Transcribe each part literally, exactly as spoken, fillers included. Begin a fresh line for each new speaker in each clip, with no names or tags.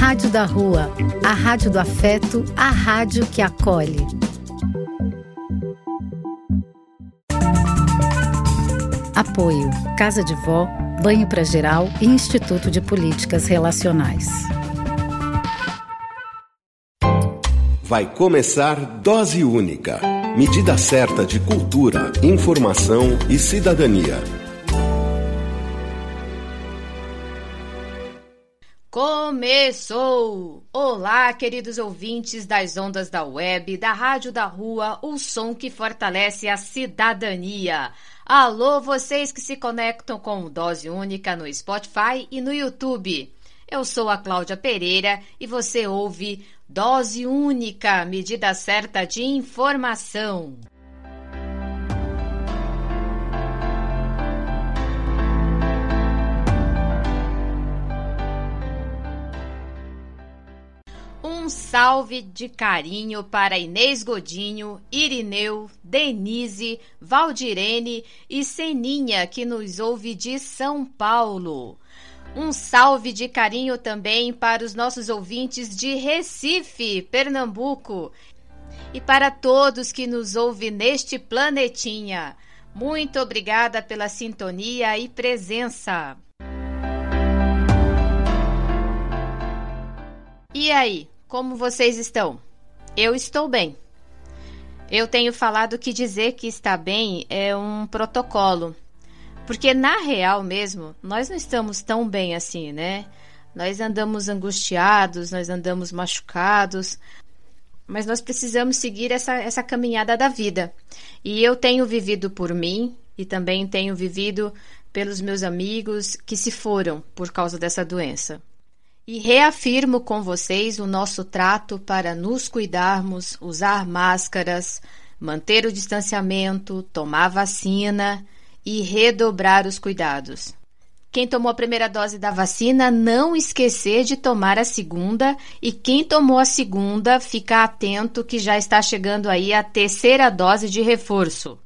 Rádio da Rua, a rádio do afeto, a rádio que acolhe. Apoio: Casa de Vó, Banho pra Geral e Instituto de Políticas Relacionais.
Vai começar Dose Única, medida certa de cultura, informação e cidadania.
Começou! Olá, queridos ouvintes das ondas da web, da Rádio da Rua, o som que fortalece a cidadania. Alô, vocês que se conectam com Dose Única no Spotify e no YouTube. Eu sou a Cláudia Pereira e você ouve Dose Única, medida certa de informação. Um salve de carinho para Inês Godinho, Irineu, Denise, Valdirene e Seninha, que nos ouve de São Paulo. Um salve de carinho também para os nossos ouvintes de Recife, Pernambuco. E para todos que nos ouvem neste planetinha. Muito obrigada pela sintonia e presença. E aí? Como vocês estão? Eu estou bem. Eu tenho falado que dizer que está bem é um protocolo. Porque na real mesmo, nós não estamos tão bem assim, né? Nós andamos angustiados, nós andamos machucados. Mas nós precisamos seguir essa, essa caminhada da vida. E eu tenho vivido por mim e também tenho vivido pelos meus amigos que se foram por causa dessa doença. E reafirmo com vocês o nosso trato para nos cuidarmos, usar máscaras, manter o distanciamento, tomar vacina e redobrar os cuidados. Quem tomou a primeira dose da vacina, não esquecer de tomar a segunda, e quem tomou a segunda, ficar atento que já está chegando aí a terceira dose de reforço.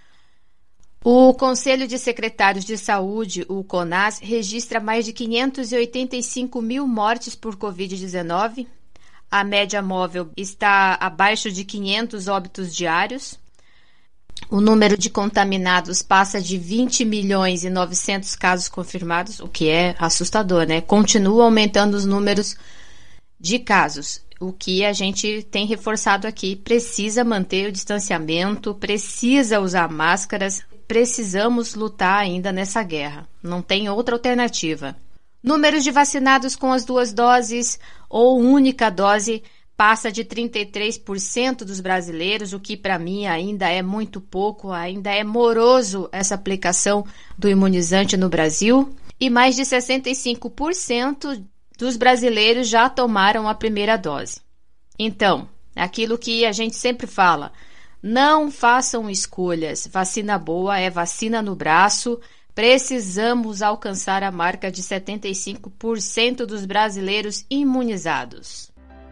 O Conselho de Secretários de Saúde, o CONAS, registra mais de quinhentos e oitenta e cinco mil mortes por covid dezenove. A média móvel está abaixo de quinhentos óbitos diários. O número de contaminados passa de vinte milhões e novecentos casos confirmados, o que é assustador, né? Continua aumentando os números de casos. O que a gente tem reforçado aqui, precisa manter o distanciamento, precisa usar máscaras, precisamos lutar ainda nessa guerra. Não tem outra alternativa. Números de vacinados com as duas doses ou única dose passa de trinta e três por cento dos brasileiros, o que para mim ainda é muito pouco, ainda é moroso essa aplicação do imunizante no Brasil. E mais de sessenta e cinco por cento dos brasileiros já tomaram a primeira dose. Então, aquilo que a gente sempre fala, não façam escolhas. Vacina boa é vacina no braço. Precisamos alcançar a marca de setenta e cinco por cento dos brasileiros imunizados.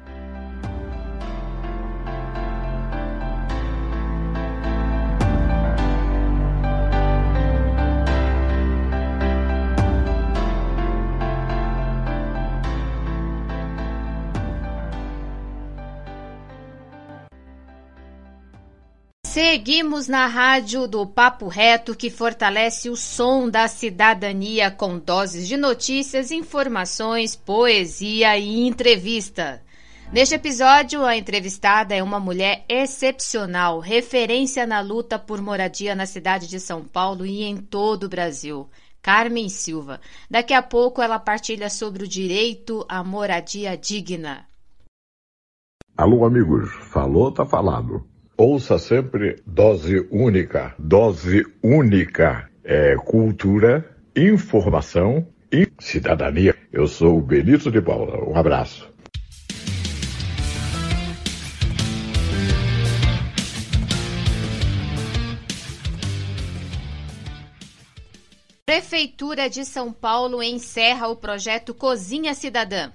Seguimos na rádio do Papo Reto, que fortalece o som da cidadania com doses de notícias, informações, poesia e entrevista. Neste episódio, a entrevistada é uma mulher excepcional, referência na luta por moradia na cidade de São Paulo e em todo o Brasil. Carmen Silva. Daqui a pouco ela partilha sobre o direito à moradia digna.
Alô, amigos. Falou, tá falado. Ouça sempre Dose Única. Dose Única é cultura, informação e cidadania. Eu sou o Benito de Paula. Um abraço.
Prefeitura de São Paulo encerra o projeto Cozinha Cidadã.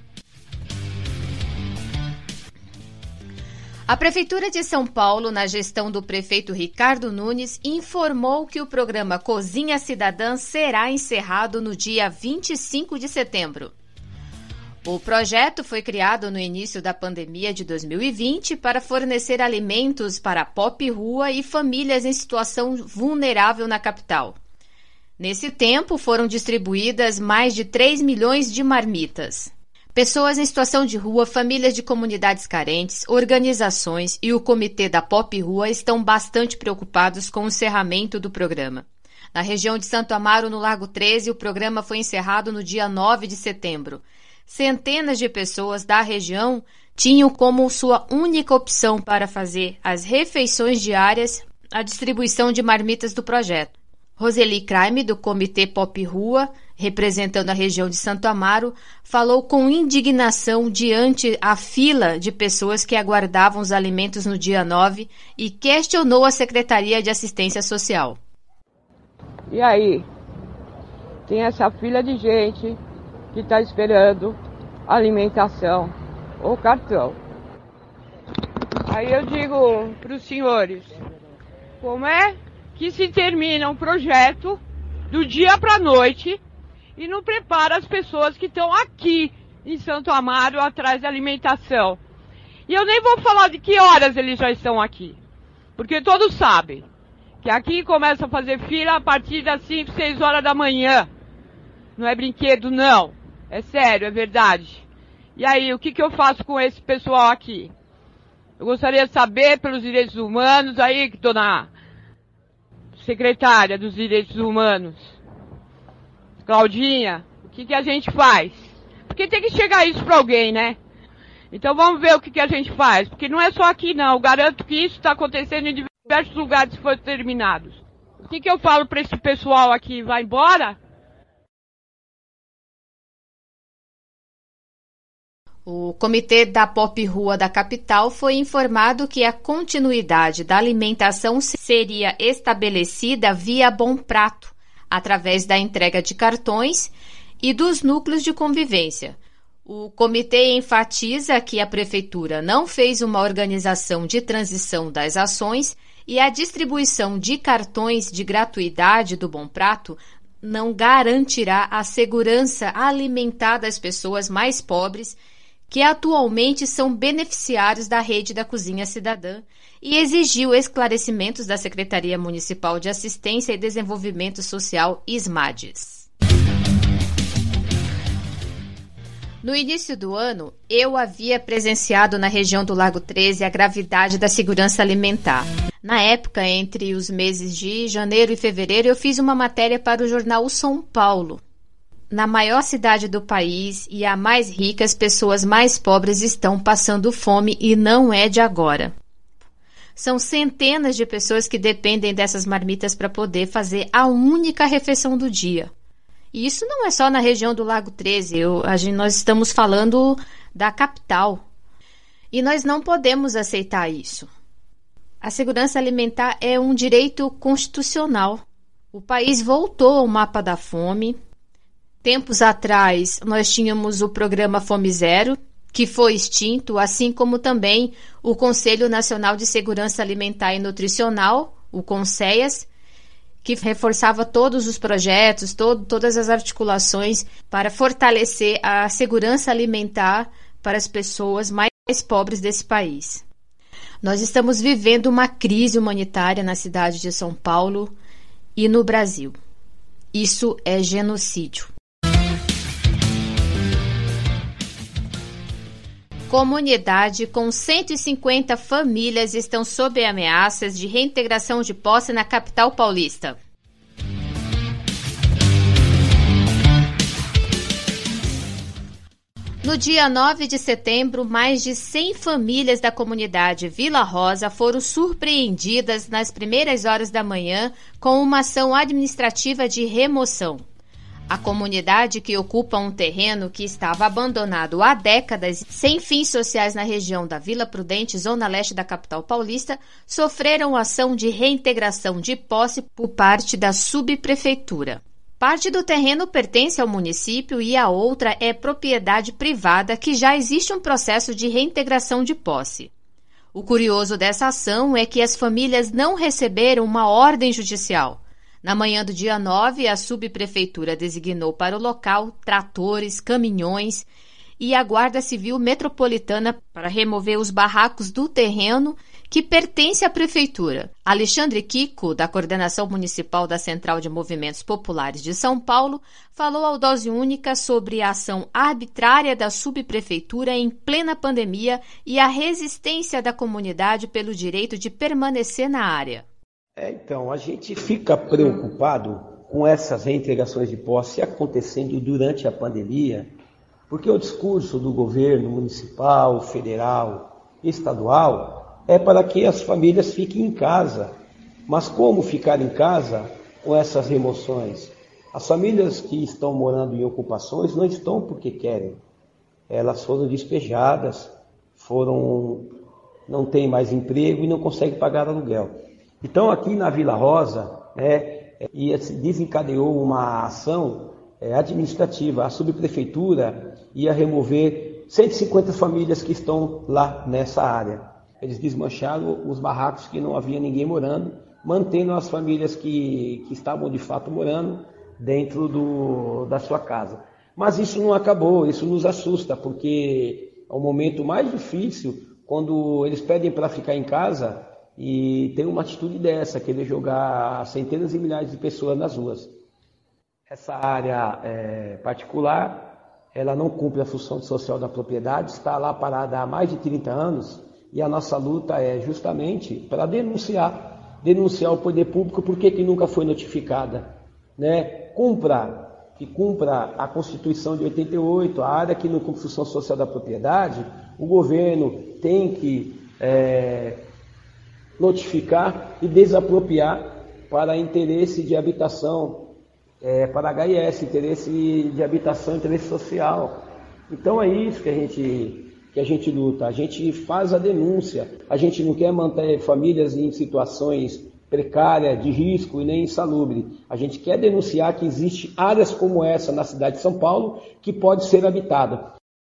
A Prefeitura de São Paulo, na gestão do prefeito Ricardo Nunes, informou que o programa Cozinha Cidadã será encerrado no dia vinte e cinco de setembro. O projeto foi criado no início da pandemia de dois mil e vinte para fornecer alimentos para Pop Rua e famílias em situação vulnerável na capital. Nesse tempo, foram distribuídas mais de três milhões de marmitas. Pessoas em situação de rua, famílias de comunidades carentes, organizações e o comitê da Pop Rua estão bastante preocupados com o encerramento do programa. Na região de Santo Amaro, no Largo treze, o programa foi encerrado no dia nove de setembro. Centenas de pessoas da região tinham como sua única opção para fazer as refeições diárias a distribuição de marmitas do projeto. Roseli Kraime, do Comitê Pop Rua, representando a região de Santo Amaro, falou com indignação diante a fila de pessoas que aguardavam os alimentos no dia nove e questionou a Secretaria de Assistência Social.
E aí? Tem essa fila de gente que está esperando alimentação ou cartão. Aí eu digo para os senhores, como é que se termina um projeto do dia para a noite e não prepara as pessoas que estão aqui em Santo Amaro atrás da alimentação? E eu nem vou falar de que horas eles já estão aqui, porque todos sabem que aqui começa a fazer fila a partir das cinco, seis horas da manhã. Não é brinquedo, não. É sério, é verdade. E aí, o que, que eu faço com esse pessoal aqui? Eu gostaria de saber, pelos direitos humanos, aí, dona secretária dos Direitos Humanos, Claudinha, o que, que a gente faz? Porque tem que chegar isso para alguém, né? Então vamos ver o que, que a gente faz. Porque não é só aqui, não. Eu garanto que isso está acontecendo em diversos lugares que foram terminados. O que, que eu falo para esse pessoal aqui? Vai embora?
O comitê da Pop Rua da capital foi informado que a continuidade da alimentação seria estabelecida via Bom Prato, através da entrega de cartões e dos núcleos de convivência. O comitê enfatiza que a prefeitura não fez uma organização de transição das ações e a distribuição de cartões de gratuidade do Bom Prato não garantirá a segurança alimentar das pessoas mais pobres que atualmente são beneficiários da rede da Cozinha Cidadã, e exigiu esclarecimentos da Secretaria Municipal de Assistência e Desenvolvimento Social, SMADES. No início do ano, eu havia presenciado na região do Largo treze a gravidade da segurança alimentar. Na época, entre os meses de janeiro e fevereiro, eu fiz uma matéria para o jornal O São Paulo. Na maior cidade do país e a mais rica, as pessoas mais pobres estão passando fome e não é de agora. São centenas de pessoas que dependem dessas marmitas para poder fazer a única refeição do dia. E isso não é só na região do Largo treze, eu, a gente, nós estamos falando da capital. E nós não podemos aceitar isso. A segurança alimentar é um direito constitucional. O país voltou ao mapa da fome. Tempos atrás, nós tínhamos o programa Fome Zero, que foi extinto, assim como também o Conselho Nacional de Segurança Alimentar e Nutricional, o CONSEAS, que reforçava todos os projetos, todo, todas as articulações para fortalecer a segurança alimentar para as pessoas mais pobres desse país. Nós estamos vivendo uma crise humanitária na cidade de São Paulo e no Brasil. Isso é genocídio. Comunidade com cento e cinquenta famílias estão sob ameaças de reintegração de posse na capital paulista. No dia nove de setembro, mais de cem famílias da comunidade Vila Rosa foram surpreendidas nas primeiras horas da manhã com uma ação administrativa de remoção. A comunidade, que ocupa um terreno que estava abandonado há décadas, sem fins sociais na região da Vila Prudente, zona leste da capital paulista, sofreram ação de reintegração de posse por parte da subprefeitura. Parte do terreno pertence ao município e a outra é propriedade privada, que já existe um processo de reintegração de posse. O curioso dessa ação é que as famílias não receberam uma ordem judicial. Na manhã do dia nove, a subprefeitura designou para o local tratores, caminhões e a Guarda Civil Metropolitana para remover os barracos do terreno que pertence à Prefeitura. Alexandre Kiko, da Coordenação Municipal da Central de Movimentos Populares de São Paulo, falou ao Dose Única sobre a ação arbitrária da subprefeitura em plena pandemia e a resistência da comunidade pelo direito de permanecer na área.
É, então, a gente fica preocupado com essas reintegrações de posse acontecendo durante a pandemia, porque o discurso do governo municipal, federal e estadual é para que as famílias fiquem em casa. Mas como ficar em casa com essas remoções? As famílias que estão morando em ocupações não estão porque querem. Elas foram despejadas, foram, não têm mais emprego e não conseguem pagar aluguel. Então aqui na Vila Rosa, né, e desencadeou uma ação é, administrativa. A subprefeitura ia remover cento e cinquenta famílias que estão lá nessa área. Eles desmancharam os barracos que não havia ninguém morando, mantendo as famílias que, que estavam de fato morando dentro do, da sua casa. Mas isso não acabou, isso nos assusta, porque é o momento mais difícil quando eles pedem para ficar em casa e tem uma atitude dessa, querer jogar centenas e milhares de pessoas nas ruas. Essa área é, particular, ela não cumpre a função social da propriedade, está lá parada há mais de trinta anos, e a nossa luta é justamente para denunciar, denunciar o poder público, porque que nunca foi notificada, né? Cumpra, que cumpra a Constituição de oitenta e oito, a área que não cumpre função social da propriedade, o governo tem que é, notificar e desapropriar para interesse de habitação, é, para H I S, interesse de habitação, interesse social. Então é isso que a gente... que a gente luta, a gente faz a denúncia, a gente não quer manter famílias em situações precárias, de risco e nem insalubre. A gente quer denunciar que existem áreas como essa na cidade de São Paulo que pode ser habitada.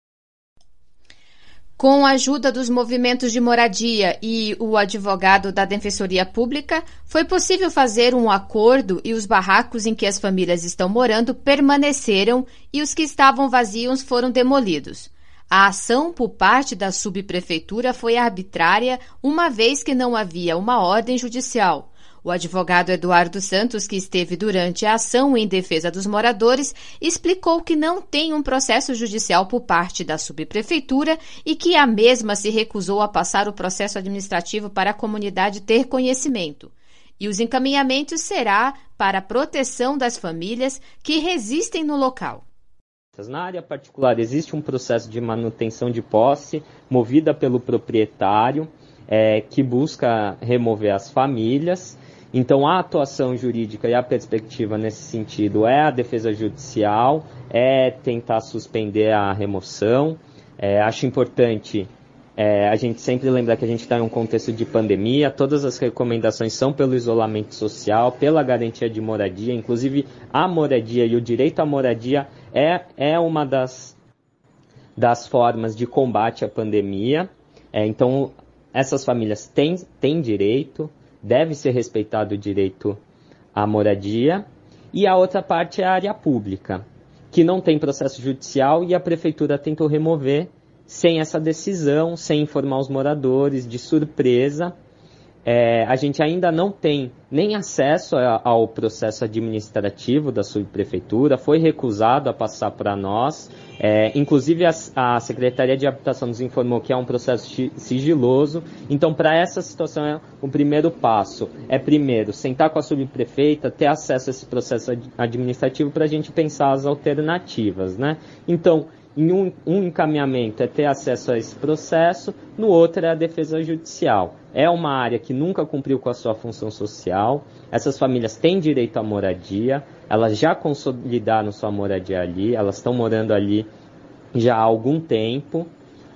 Com a ajuda dos movimentos de moradia e o advogado da Defensoria Pública, foi possível fazer um acordo e os barracos em que as famílias estão morando permaneceram e os que estavam vazios foram demolidos. A ação por parte da subprefeitura foi arbitrária, uma vez que não havia uma ordem judicial. O advogado Eduardo Santos, que esteve durante a ação em defesa dos moradores, explicou que não tem um processo judicial por parte da subprefeitura e que a mesma se recusou a passar o processo administrativo para a comunidade ter conhecimento. E os encaminhamentos será para a proteção das famílias que resistem no local.
Na área particular existe um processo de manutenção de posse movida pelo proprietário é, que busca remover as famílias. Então a atuação jurídica e a perspectiva nesse sentido é a defesa judicial, é tentar suspender a remoção. É, acho importante é, a gente sempre lembrar que a gente está em um contexto de pandemia, todas as recomendações são pelo isolamento social, pela garantia de moradia, inclusive a moradia e o direito à moradia é, é uma das, das formas de combate à pandemia. É, então essas famílias têm, têm direito, deve ser respeitado o direito à moradia. E a outra parte é a área pública, que não tem processo judicial e a prefeitura tentou remover sem essa decisão, sem informar os moradores, de surpresa. É, a gente ainda não tem nem acesso a, ao processo administrativo da subprefeitura, foi recusado a passar para nós. É, inclusive a, a Secretaria de Habitação nos informou que é um processo sigiloso. Então, para essa situação, é, o primeiro passo é, primeiro, sentar com a subprefeita, ter acesso a esse processo administrativo para a gente pensar as alternativas, né? Então, em um, um encaminhamento é ter acesso a esse processo, no outro é a defesa judicial. É uma área que nunca cumpriu com a sua função social, essas famílias têm direito à moradia, elas já consolidaram sua moradia ali, elas estão morando ali já há algum tempo,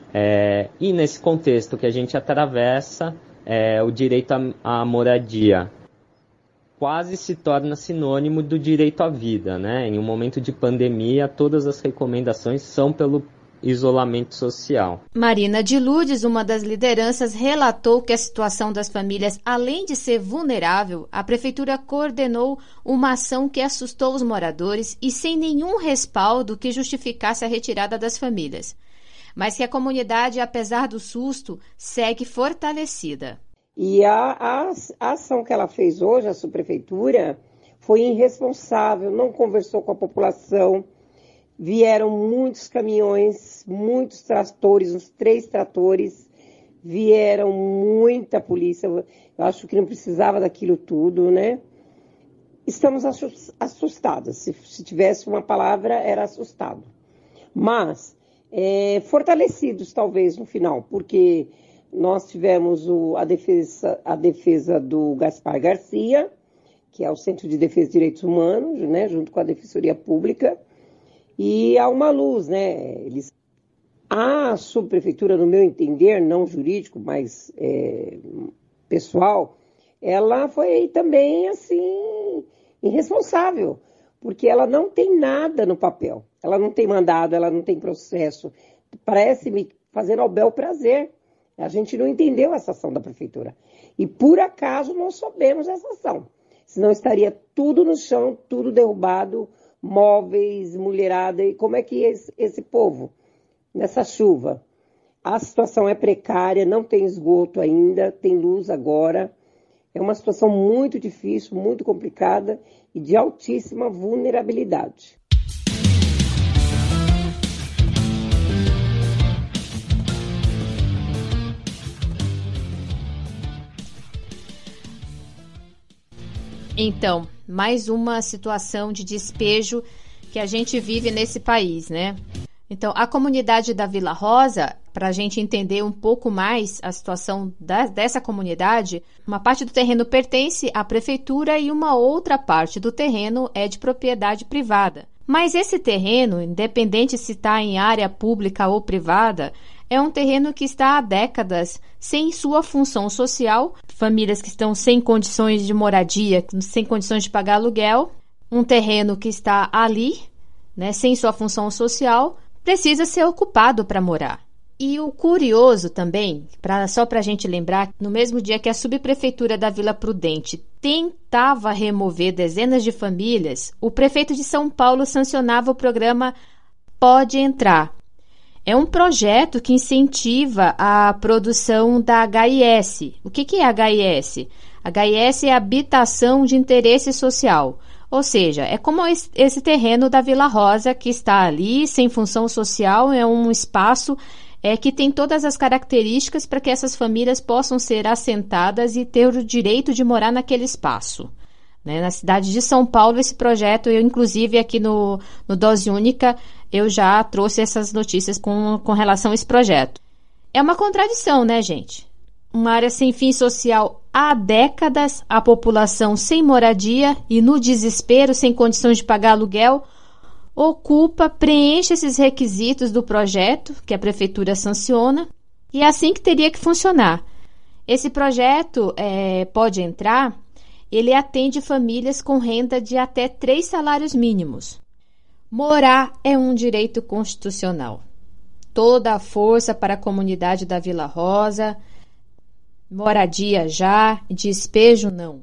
é, e nesse contexto que a gente atravessa, é, o direito à, à moradia quase se torna sinônimo do direito à vida, né? Em um momento de pandemia, todas as recomendações são pelo, isolamento social.
Marina de Lourdes, uma das lideranças, relatou que a situação das famílias, além de ser vulnerável, a prefeitura coordenou uma ação que assustou os moradores e sem nenhum respaldo que justificasse a retirada das famílias. Mas que a comunidade, apesar do susto, segue fortalecida.
E a, a, a ação que ela fez hoje, a subprefeitura, foi irresponsável, não conversou com a população. Vieram muitos caminhões, muitos tratores, uns três tratores, vieram muita polícia. Eu acho que não precisava daquilo tudo, né? Estamos assustadas. Se, se tivesse uma palavra, era assustado. Mas é, fortalecidos, talvez, no final, porque nós tivemos o, a, defesa, a defesa do Gaspar Garcia, que é o Centro de Defesa de Direitos Humanos, né, junto com a Defensoria Pública. E há uma luz, né? Eles... A subprefeitura, no meu entender, não jurídico, mas é, pessoal, ela foi também, assim, irresponsável, porque ela não tem nada no papel. Ela não tem mandado, ela não tem processo. Parece-me fazer ao bel prazer. A gente não entendeu essa ação da prefeitura. E, por acaso, nós soubemos essa ação. Senão estaria tudo no chão, tudo derrubado, móveis, mulherada, e como é que esse, esse povo, nessa chuva? A situação é precária, não tem esgoto ainda, tem luz agora, é uma situação muito difícil, muito complicada e de altíssima vulnerabilidade.
Então, mais uma situação de despejo que a gente vive nesse país, né? Então, a comunidade da Vila Rosa, para a gente entender um pouco mais a situação da, dessa comunidade, uma parte do terreno pertence à prefeitura e uma outra parte do terreno é de propriedade privada. Mas esse terreno, independente se está em área pública ou privada, é um terreno que está há décadas sem sua função social, famílias que estão sem condições de moradia, sem condições de pagar aluguel, um terreno que está ali, né, sem sua função social, precisa ser ocupado para morar. E o curioso também, pra, só para a gente lembrar, no mesmo dia que a subprefeitura da Vila Prudente tentava remover dezenas de famílias, o prefeito de São Paulo sancionava o programa Pode Entrar. É um projeto que incentiva a produção da H I S. O que, que é a H I S? A H I S é Habitação de Interesse Social. Ou seja, é como esse terreno da Vila Rosa que está ali, sem função social, é um espaço é, que tem todas as características para que essas famílias possam ser assentadas e ter o direito de morar naquele espaço. Né? Na cidade de São Paulo, esse projeto, eu inclusive aqui no, no Dose Única, eu já trouxe essas notícias com, com relação a esse projeto. É uma contradição, né, gente? Uma área sem fim social há décadas, a população sem moradia e no desespero, sem condições de pagar aluguel, ocupa, preenche esses requisitos do projeto que a prefeitura sanciona e é assim que teria que funcionar. Esse projeto é, Pode Entrar, ele atende famílias com renda de até três salários mínimos. Morar é um direito constitucional. Toda a força para a comunidade da Vila Rosa. Moradia já, despejo não.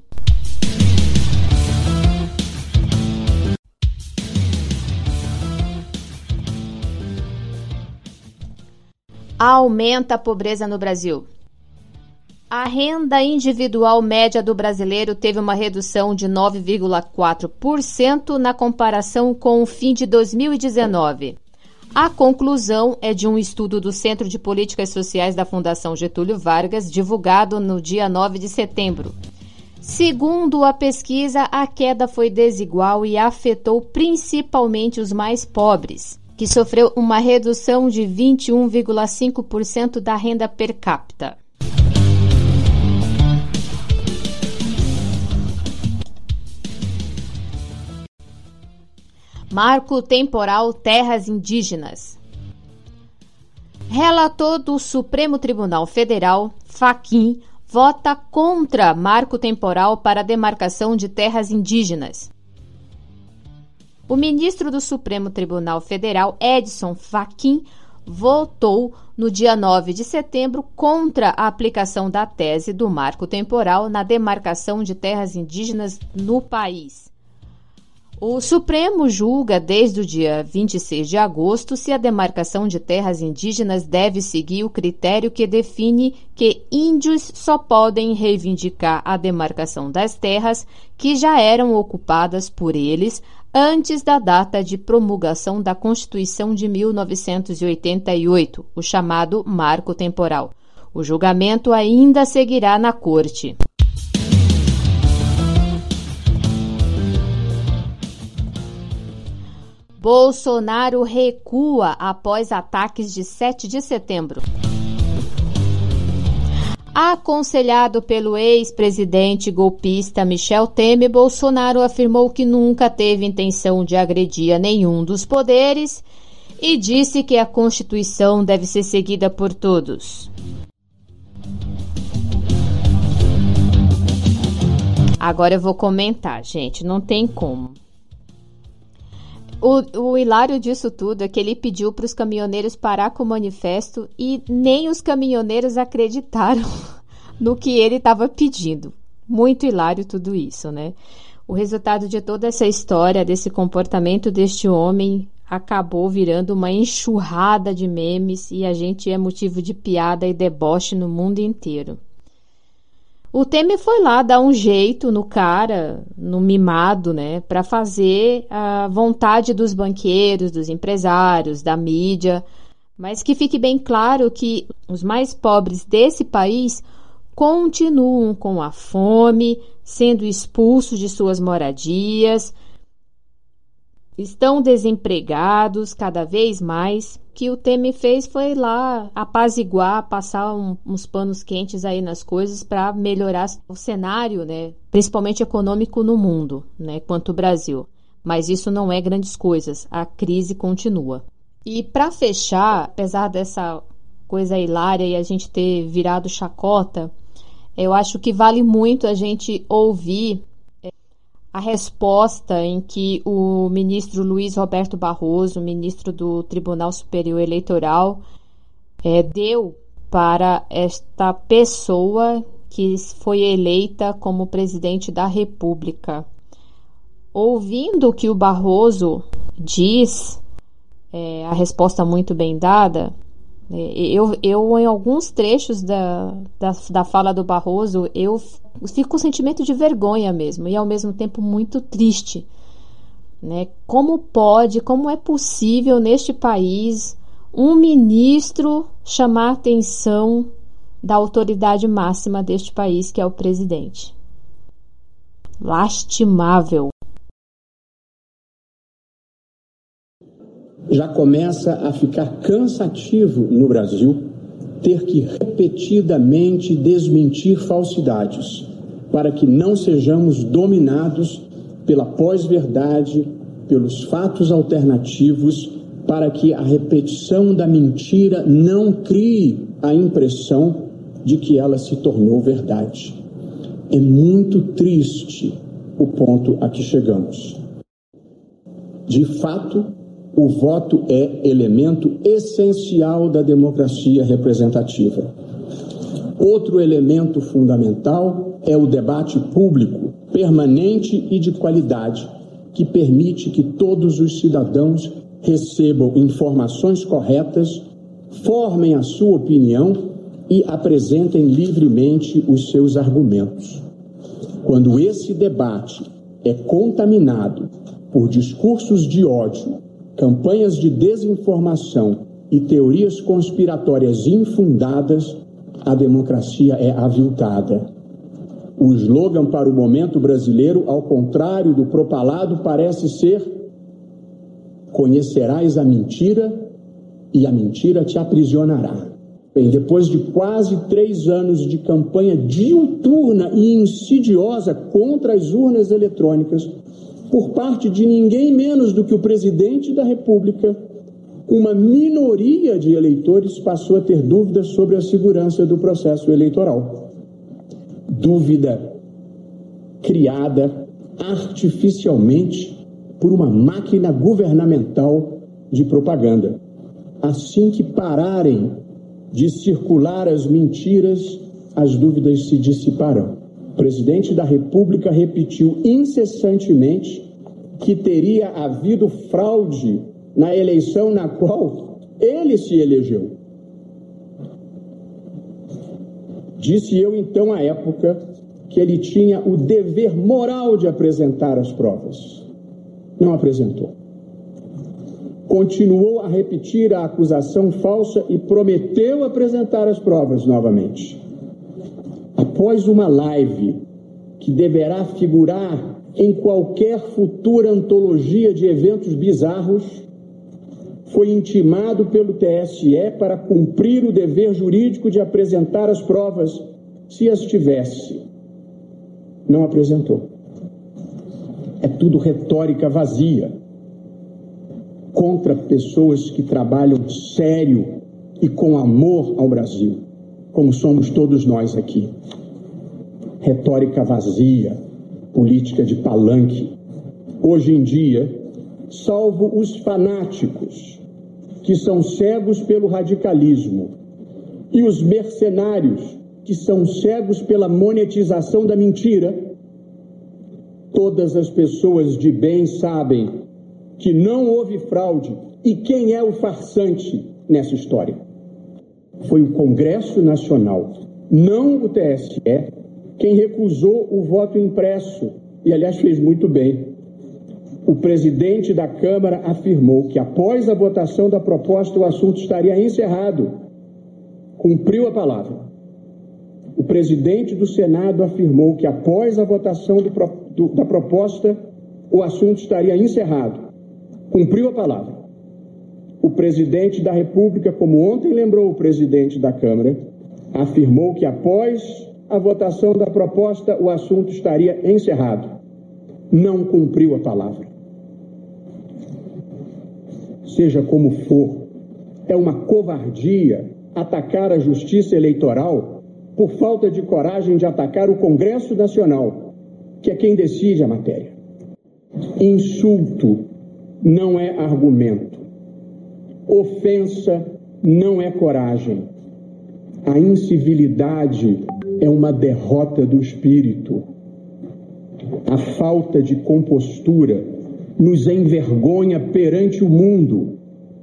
Aumenta a pobreza no Brasil. A renda individual média do brasileiro teve uma redução de nove vírgula quatro por cento na comparação com o fim de dois mil e dezenove. A conclusão é de um estudo do Centro de Políticas Sociais da Fundação Getúlio Vargas, divulgado no dia nove de setembro. Segundo a pesquisa, a queda foi desigual e afetou principalmente os mais pobres, que sofreu uma redução de vinte e um vírgula cinco por cento da renda per capita. Marco temporal terras indígenas. Relator do Supremo Tribunal Federal, Fachin, vota contra marco temporal para a demarcação de terras indígenas. O ministro do Supremo Tribunal Federal, Edson Fachin, votou no dia nove de setembro contra a aplicação da tese do marco temporal na demarcação de terras indígenas no país. O Supremo julga desde o dia vinte e seis de agosto se a demarcação de terras indígenas deve seguir o critério que define que índios só podem reivindicar a demarcação das terras que já eram ocupadas por eles antes da data de promulgação da Constituição de mil novecentos e oitenta e oito, o chamado Marco Temporal. O julgamento ainda seguirá na Corte. Bolsonaro recua após ataques de sete de setembro. Aconselhado pelo ex-presidente golpista Michel Temer, Bolsonaro afirmou que nunca teve intenção de agredir a nenhum dos poderes e disse que a Constituição deve ser seguida por todos. Agora eu vou comentar, gente, não tem como. O, o hilário disso tudo é que ele pediu para os caminhoneiros parar com o manifesto e nem os caminhoneiros acreditaram no que ele estava pedindo. Muito hilário tudo isso, né? O resultado de toda essa história, desse comportamento deste homem, acabou virando uma enxurrada de memes e a gente é motivo de piada e deboche no mundo inteiro. O Temer foi lá dar um jeito no cara, no mimado, né, para fazer a vontade dos banqueiros, dos empresários, da mídia, mas que fique bem claro que os mais pobres desse país continuam com a fome, sendo expulsos de suas moradias, estão desempregados cada vez mais. O que o Temer fez foi lá apaziguar, passar um, uns panos quentes aí nas coisas para melhorar o cenário, né, principalmente econômico no mundo, né, quanto o Brasil. Mas isso não é grandes coisas, a crise continua. E para fechar, apesar dessa coisa hilária e a gente ter virado chacota, eu acho que vale muito a gente ouvir a resposta em que o ministro Luiz Roberto Barroso, ministro do Tribunal Superior Eleitoral, é, deu para esta pessoa que foi eleita como presidente da República. Ouvindo o que o Barroso diz, é, a resposta muito bem dada, eu, eu em alguns trechos da, da, da fala do Barroso, eu fico com sentimento de vergonha mesmo, e ao mesmo tempo muito triste, né? Como pode, como é possível neste país um ministro chamar a atenção da autoridade máxima deste país, que é o presidente? Lastimável.
Já começa a ficar cansativo no Brasil ter que repetidamente desmentir falsidades, para que não sejamos dominados pela pós-verdade, pelos fatos alternativos, para que a repetição da mentira não crie a impressão de que ela se tornou verdade. É muito triste o ponto a que chegamos. De fato, o voto é elemento essencial da democracia representativa. Outro elemento fundamental é o debate público, permanente e de qualidade, que permite que todos os cidadãos recebam informações corretas, formem a sua opinião e apresentem livremente os seus argumentos. Quando esse debate é contaminado por discursos de ódio, campanhas de desinformação e teorias conspiratórias infundadas, a democracia é aviltada. O slogan para o momento brasileiro, ao contrário do propalado, parece ser: conhecerás a mentira e a mentira te aprisionará. Bem, depois de quase três anos de campanha diuturna e insidiosa contra as urnas eletrônicas, por parte de ninguém menos do que o presidente da República, uma minoria de eleitores passou a ter dúvidas sobre a segurança do processo eleitoral. Dúvida criada artificialmente por uma máquina governamental de propaganda. assim que pararem de circular as mentiras, as dúvidas se dissiparão. O presidente da República repetiu incessantemente que teria havido fraude na eleição na qual ele se elegeu. Disse eu, então, à época, que ele tinha o dever moral de apresentar as provas. Não apresentou. Continuou a repetir a acusação falsa e prometeu apresentar as provas novamente. Após uma live que deverá figurar em qualquer futura antologia de eventos bizarros, foi intimado pelo T S E para cumprir o dever jurídico de apresentar as provas, se as tivesse. Não apresentou. É tudo retórica vazia contra pessoas que trabalham sério e com amor ao Brasil, como somos todos nós aqui. Retórica vazia, política de palanque. Hoje em dia, salvo os fanáticos, que são cegos pelo radicalismo, e os mercenários, que são cegos pela monetização da mentira, todas as pessoas de bem sabem que não houve fraude. E quem é o farsante nessa história? Foi o Congresso Nacional, não o T S E, quem recusou o voto impresso, e aliás fez muito bem. O presidente da Câmara afirmou que após a votação da proposta o assunto estaria encerrado. Cumpriu a palavra. O presidente do Senado afirmou que após a votação do, do, da proposta o assunto estaria encerrado. Cumpriu a palavra. O presidente da República, como ontem lembrou o presidente da Câmara, afirmou que após a votação da proposta o assunto estaria encerrado. Não cumpriu a palavra. Seja como for, é uma covardia atacar a Justiça Eleitoral por falta de coragem de atacar o Congresso Nacional, que é quem decide a matéria. Insulto não é argumento. Ofensa não é coragem. A incivilidade é uma derrota do espírito. A falta de compostura nos envergonha perante o mundo.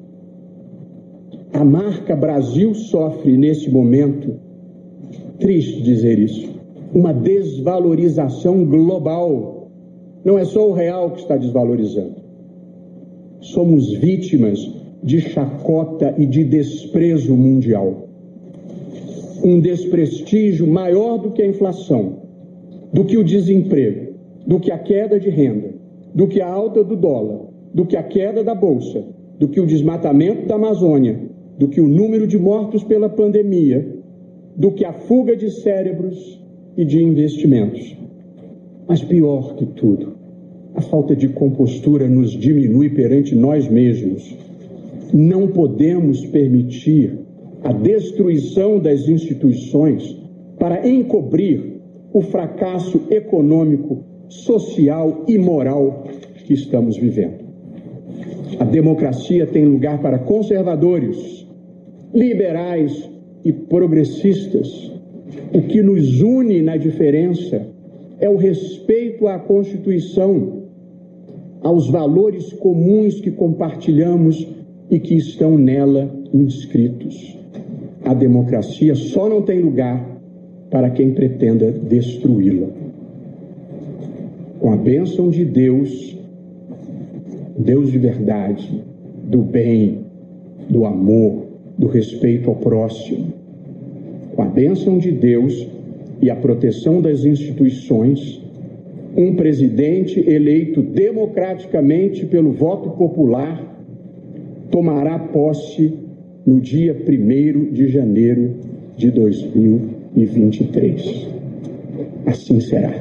A marca Brasil sofre nesse momento, triste dizer isso, uma desvalorização global. Não é só o real que está desvalorizando. Somos vítimas de chacota e de desprezo mundial. Um desprestígio maior do que a inflação, do que o desemprego, do que a queda de renda, do que a alta do dólar, do que a queda da bolsa, do que o desmatamento da Amazônia, do que o número de mortos pela pandemia, do que a fuga de cérebros e de investimentos. Mas pior que tudo, a falta de compostura nos diminui perante nós mesmos. Não podemos permitir a destruição das instituições para encobrir o fracasso econômico, social e moral que estamos vivendo. A democracia tem lugar para conservadores, liberais e progressistas. O que nos une na diferença é o respeito à Constituição, aos valores comuns que compartilhamos e que estão nela inscritos. A democracia só não tem lugar para quem pretenda destruí-la. Com a bênção de Deus, Deus de verdade, do bem, do amor, do respeito ao próximo, com a bênção de Deus e a proteção das instituições, um presidente eleito democraticamente pelo voto popular tomará posse no dia primeiro de janeiro de dois mil e vinte e três. Assim será.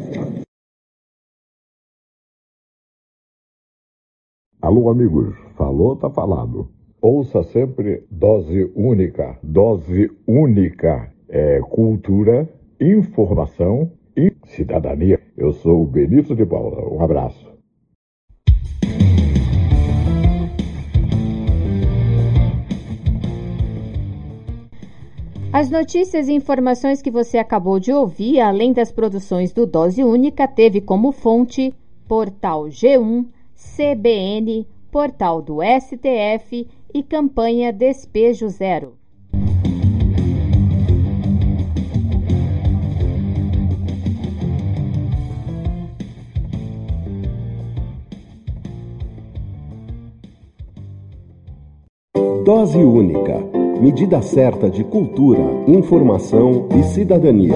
Alô, amigos, falou, tá falado. Ouça sempre Dose Única. Dose Única é cultura, informação e cidadania. Eu sou o Benito de Paula. Um abraço.
As notícias e informações que você acabou de ouvir, além das produções do Dose Única, teve como fonte Portal G um, C B N, Portal do S T F e campanha Despejo Zero.
Dose Única. Medida certa de cultura, informação e cidadania.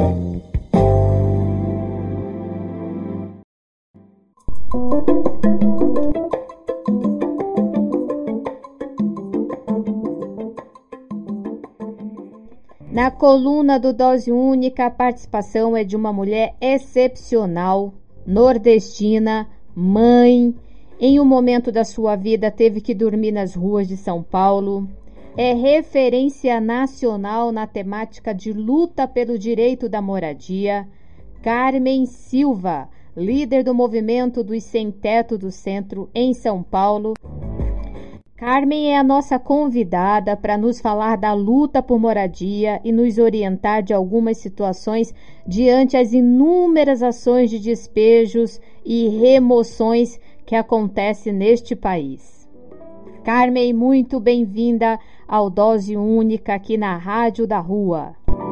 Na coluna do Dose Única, a participação é de uma mulher excepcional, nordestina, mãe. Em um momento da sua vida, teve que dormir nas ruas de São Paulo. É referência nacional na temática de luta pelo direito da moradia. Carmen Silva, líder do movimento dos sem-teto do centro em São Paulo. Carmen é a nossa convidada para nos falar da luta por moradia e nos orientar de algumas situações diante as inúmeras ações de despejos e remoções que acontecem neste país. Carmen, muito bem-vinda ao Dose Única aqui na Rádio da Rua.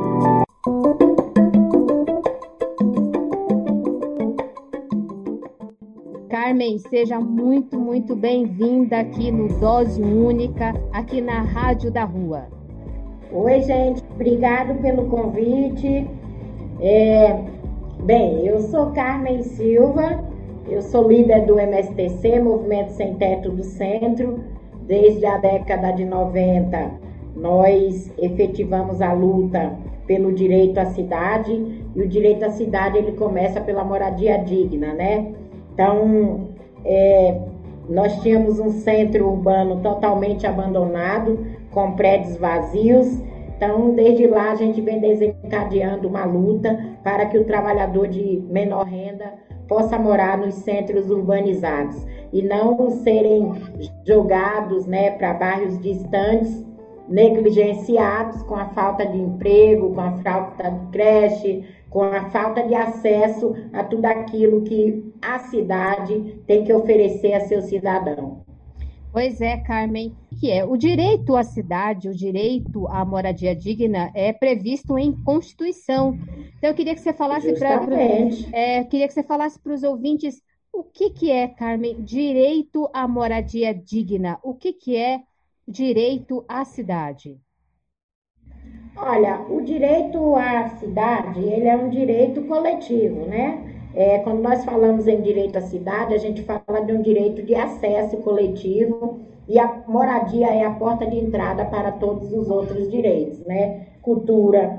Carmen, seja muito, muito bem-vinda aqui no Dose Única, aqui na Rádio da Rua.
Oi, gente, obrigado pelo convite. É, bem, eu sou Carmen Silva, eu sou líder do M S T C, Movimento Sem Teto do Centro. Desde a década de noventa, nós efetivamos a luta pelo direito à cidade, e o direito à cidade ele começa pela moradia digna, né? Então, é, nós tínhamos um centro urbano totalmente abandonado, com prédios vazios. Então, desde lá, a gente vem desencadeando uma luta para que o trabalhador de menor renda possa morar nos centros urbanizados e não serem jogados, né, para bairros distantes, negligenciados com a falta de emprego, com a falta de creche, com a falta de acesso a tudo aquilo que a cidade tem que oferecer a seu cidadão.
Pois é, Carmen, que é o direito à cidade, o direito à moradia digna é previsto em Constituição. Então eu queria que você falasse para é, queria que você falasse para os ouvintes o que que é, Carmen, direito à moradia digna. O que que é direito à cidade?
Olha, o direito à cidade, ele é um direito coletivo, né? É, quando nós falamos em direito à cidade, a gente fala de um direito de acesso coletivo, e a moradia é a porta de entrada para todos os outros direitos, né? Cultura,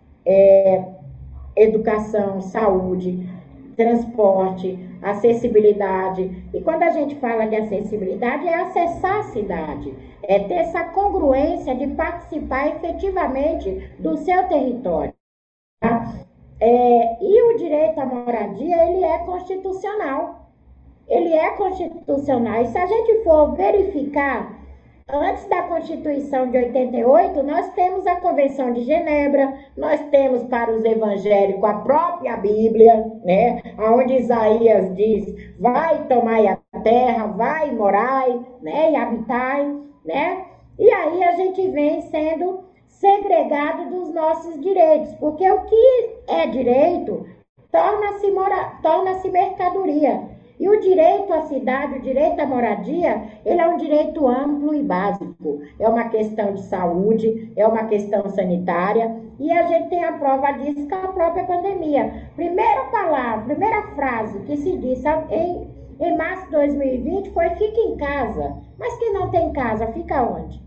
é, educação, saúde, transporte, acessibilidade. E quando a gente fala de acessibilidade, é acessar a cidade, é ter essa congruência de participar efetivamente do seu território, tá? É, e o direito à moradia, ele é constitucional. Ele é constitucional. E se a gente for verificar, antes da Constituição de oitenta e oito, nós temos a Convenção de Genebra, nós temos para os evangélicos a própria Bíblia, né, onde Isaías diz, vai tomai a terra, vai morai, né, e habitai, né? E aí a gente vem sendo segregado dos nossos direitos, porque o que é direito torna-se mora... torna-se mercadoria. E o direito à cidade, o direito à moradia, ele é um direito amplo e básico. É uma questão de saúde, é uma questão sanitária, e a gente tem a prova disso com a própria pandemia. Primeira palavra, primeira frase que se disse em, em março de dois mil e vinte foi fique em casa. Mas quem não tem casa, fica onde?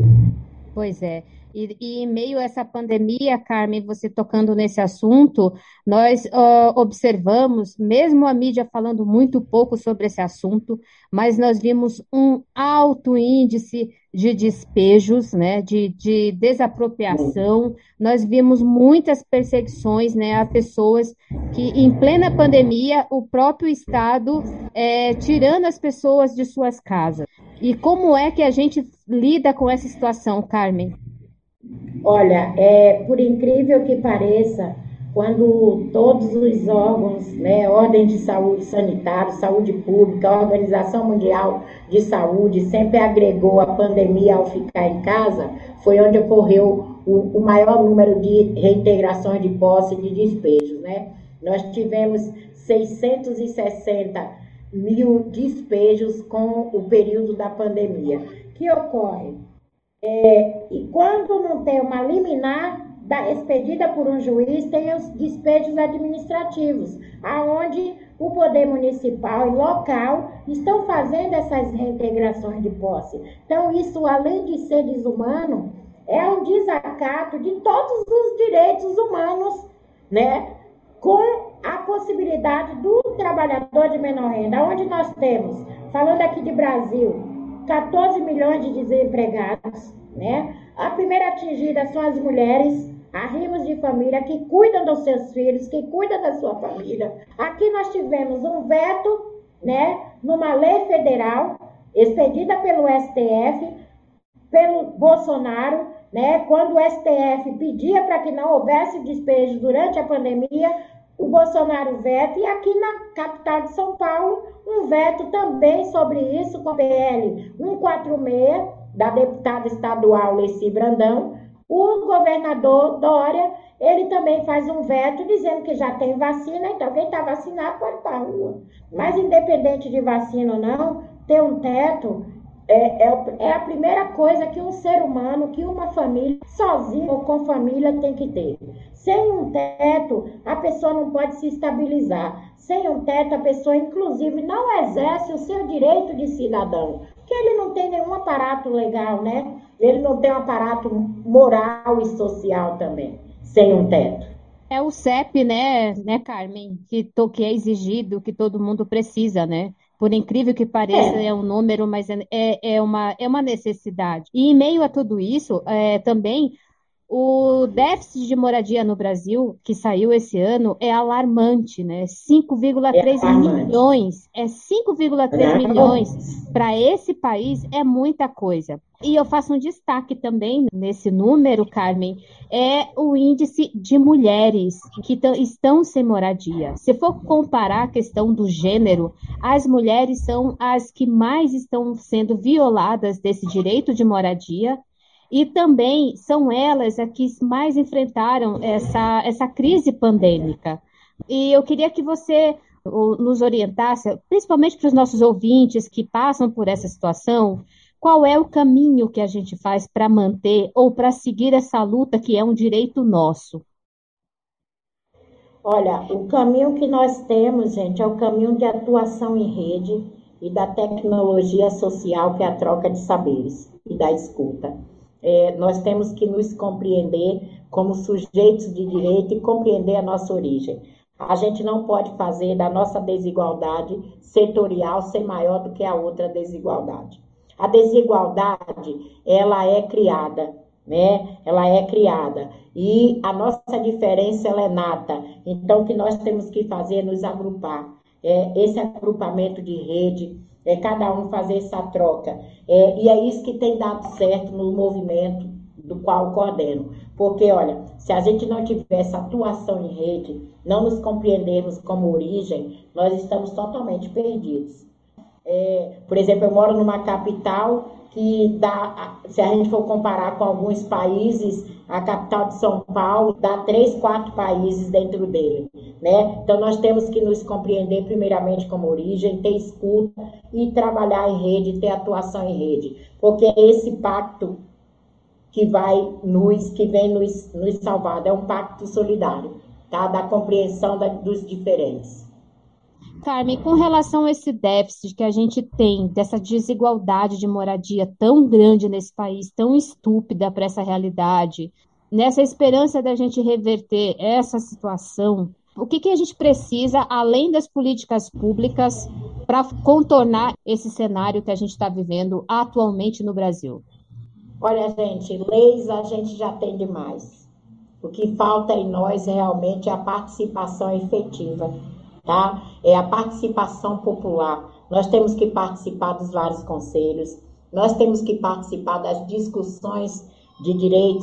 Pois é. E, e em meio a essa pandemia, Carmen, você tocando nesse assunto, nós uh, observamos, mesmo a mídia falando muito pouco sobre esse assunto, mas nós vimos um alto índice de despejos, né, de, de desapropriação. Nós vimos muitas perseguições, né, a pessoas que, em plena pandemia, o próprio Estado é, tirando as pessoas de suas casas. E como é que a gente lida com essa situação, Carmen?
Olha, é, por incrível que pareça, quando todos os órgãos, né, Ordem de Saúde Sanitária, Saúde Pública, a Organização Mundial de Saúde, sempre agregou a pandemia ao ficar em casa, foi onde ocorreu o, o maior número de reintegrações de posse e de despejos, né? Nós tivemos seiscentos e sessenta mil despejos com o período da pandemia. O que ocorre? É, e quando não tem uma liminar da, expedida por um juiz, tem os despejos administrativos, aonde o poder municipal e local estão fazendo essas reintegrações de posse. Então, isso, além de ser desumano, é um desacato de todos os direitos humanos, né? Com a possibilidade do trabalhador de menor renda, onde nós temos, falando aqui de Brasil, quatorze milhões de desempregados, né? A primeira atingida são as mulheres, arrimos de família, que cuidam dos seus filhos, que cuidam da sua família. Aqui nós tivemos um veto, né, numa lei federal, expedida pelo S T F, pelo Bolsonaro, né, quando o S T F pedia para que não houvesse despejo durante a pandemia, o Bolsonaro veta, e aqui na capital de São Paulo, um veto também sobre isso, com a P L cento e quarenta e seis, da deputada estadual Leci Brandão. O governador Dória, ele também faz um veto, dizendo que já tem vacina, então quem está vacinado pode ir para a rua. Mas independente de vacina ou não, ter um teto é, é, é a primeira coisa que um ser humano, que uma família, sozinho ou com família, tem que ter. Sem um teto, a pessoa não pode se estabilizar. Sem um teto, a pessoa, inclusive, não exerce o seu direito de cidadão. Porque ele não tem nenhum aparato legal, né? Ele não tem um aparato moral e social também, sem um teto.
É o C E P, né, né, Carmen, que, to, que é exigido, que todo mundo precisa, né? Por incrível que pareça, é, é um número, mas é, é, uma, é uma necessidade. E em meio a tudo isso, é, também, o déficit de moradia no Brasil, que saiu esse ano, é alarmante, né? cinco vírgula três é milhões. É cinco vírgula três é. milhões. Para esse país é muita coisa. E eu faço um destaque também nesse número, Carmen, é o índice de mulheres que estão sem moradia. Se for comparar a questão do gênero, as mulheres são as que mais estão sendo violadas desse direito de moradia. E também são elas as que mais enfrentaram essa, essa crise pandêmica. E eu queria que você nos orientasse, principalmente para os nossos ouvintes que passam por essa situação, qual é o caminho que a gente faz para manter ou para seguir essa luta que é um direito nosso?
Olha, o caminho que nós temos, gente, é o caminho de atuação em rede e da tecnologia social, que é a troca de saberes e da escuta. É, nós temos que nos compreender como sujeitos de direito e compreender a nossa origem. A gente não pode fazer da nossa desigualdade setorial ser maior do que a outra desigualdade. A desigualdade, ela é criada, né? Ela é criada. E a nossa diferença, ela é nata. Então, o que nós temos que fazer é nos agrupar. É, esse agrupamento de rede, é cada um fazer essa troca. É, e é isso que tem dado certo no movimento do qual coordeno. Porque, olha, se a gente não tiver essa atuação em rede, não nos compreendermos como origem, nós estamos totalmente perdidos. É, por exemplo, eu moro numa capital que dá, se a gente for comparar com alguns países, a capital de São Paulo dá três, quatro países dentro dele, né? Então nós temos que nos compreender primeiramente como origem, ter escuta e trabalhar em rede, ter atuação em rede, porque é esse pacto que vai nos, que vem nos, nos salvar, é um pacto solidário, tá? Da compreensão da, dos diferentes.
Carmen, com relação a esse déficit que a gente tem, dessa desigualdade de moradia tão grande nesse país, tão estúpida para essa realidade, nessa esperança da gente reverter essa situação, o que, que a gente precisa, além das políticas públicas, para contornar esse cenário que a gente está vivendo atualmente no Brasil?
Olha, gente, leis a gente já tem demais. O que falta em nós realmente é a participação efetiva. Tá? É a participação popular. Nós temos que participar dos vários conselhos, nós temos que participar das discussões de direitos,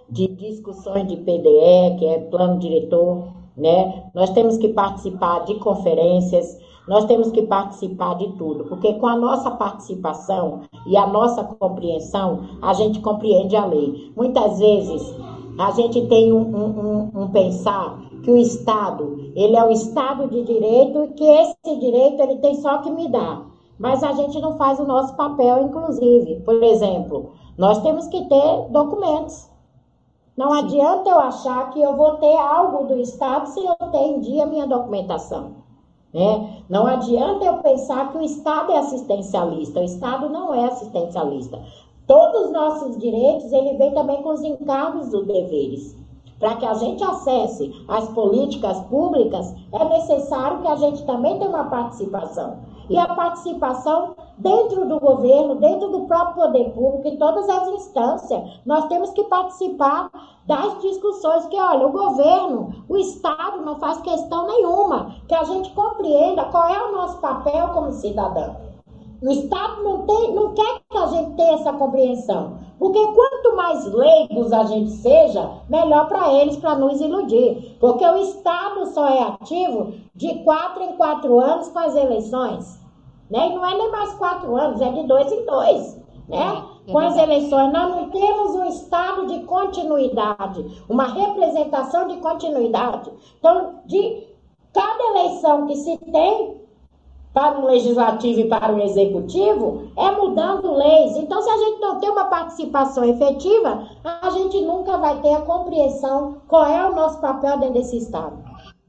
de discussões de P D E, que é plano diretor, né? Nós temos que participar de conferências, nós temos que participar de tudo, porque com a nossa participação e a nossa compreensão, a gente compreende a lei. Muitas vezes, a gente tem um, um, um, um pensar que o Estado, ele é um Estado de direito e que esse direito ele tem só que me dar. Mas a gente não faz o nosso papel, inclusive. Por exemplo, nós temos que ter documentos. Não Sim. adianta eu achar que eu vou ter algo do Estado se eu ter em dia a minha documentação. Né? Não adianta eu pensar que o Estado é assistencialista. O Estado não é assistencialista. Todos os nossos direitos, ele vem também com os encargos dos deveres. Para que a gente acesse as políticas públicas, é necessário que a gente também tenha uma participação. E a participação dentro do governo, dentro do próprio poder público, em todas as instâncias. Nós temos que participar das discussões, que olha, o governo, o Estado não faz questão nenhuma, que a gente compreenda qual é o nosso papel como cidadão. O Estado não, tem, não quer que a gente tenha essa compreensão, porque quanto mais leigos a gente seja, melhor para eles, para nos iludir. Porque o Estado só é ativo de quatro em quatro anos com as eleições. Né? E não é nem mais quatro anos, é de dois em dois. Né? É, é com as eleições, nós não temos um Estado de continuidade, uma representação de continuidade. Então, de cada eleição que se tem, para o legislativo e para o executivo, é mudando leis. Então, se a gente não tem uma participação efetiva, a gente nunca vai ter a compreensão qual é o nosso papel dentro desse Estado.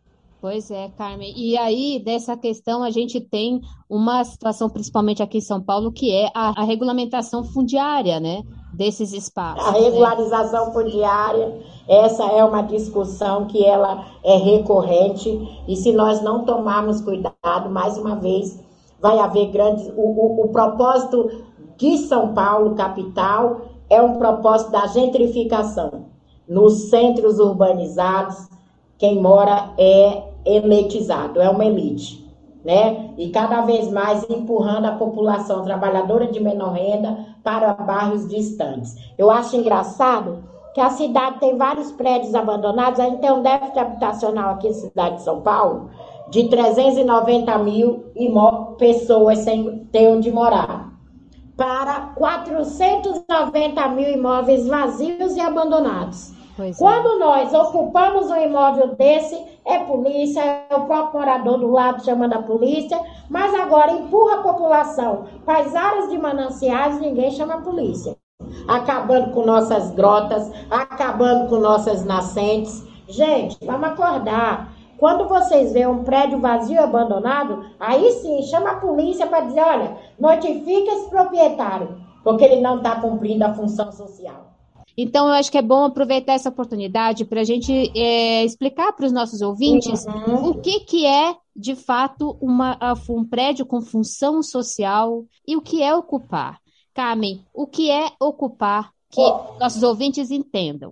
Pois é, Carmen. E aí, dessa questão, a gente tem uma situação, principalmente aqui em São Paulo, que é a, a regulamentação fundiária, né? Desses espaços.
A regularização né? fundiária, essa é uma discussão que ela é recorrente e se nós não tomarmos cuidado, mais uma vez, vai haver grandes... O, o, o propósito de São Paulo, capital, é um propósito da gentrificação. Nos centros urbanizados, quem mora é elitizado, é uma elite. Né? E cada vez mais empurrando a população trabalhadora de menor renda para bairros distantes. Eu acho engraçado que a cidade tem vários prédios abandonados, a gente tem um déficit habitacional aqui na cidade de São Paulo de trezentos e noventa mil pessoas sem ter onde morar, para quatrocentos e noventa mil imóveis vazios e abandonados. Pois Quando é. nós ocupamos um imóvel desse, é polícia, é o próprio morador do lado chamando a polícia, mas agora empurra a população para as áreas de mananciais, ninguém chama a polícia. Acabando com nossas grotas, acabando com nossas nascentes. Gente, vamos acordar. Quando vocês veem um prédio vazio e abandonado, aí sim, chama a polícia para dizer, olha, notifica esse proprietário, porque ele não está cumprindo a função social.
Então, eu acho que é bom aproveitar essa oportunidade para a gente é, explicar para os nossos ouvintes uhum. o que, que é, de fato, uma, um prédio com função social e o que é ocupar. Carmen, o que é ocupar, que oh. nossos ouvintes entendam?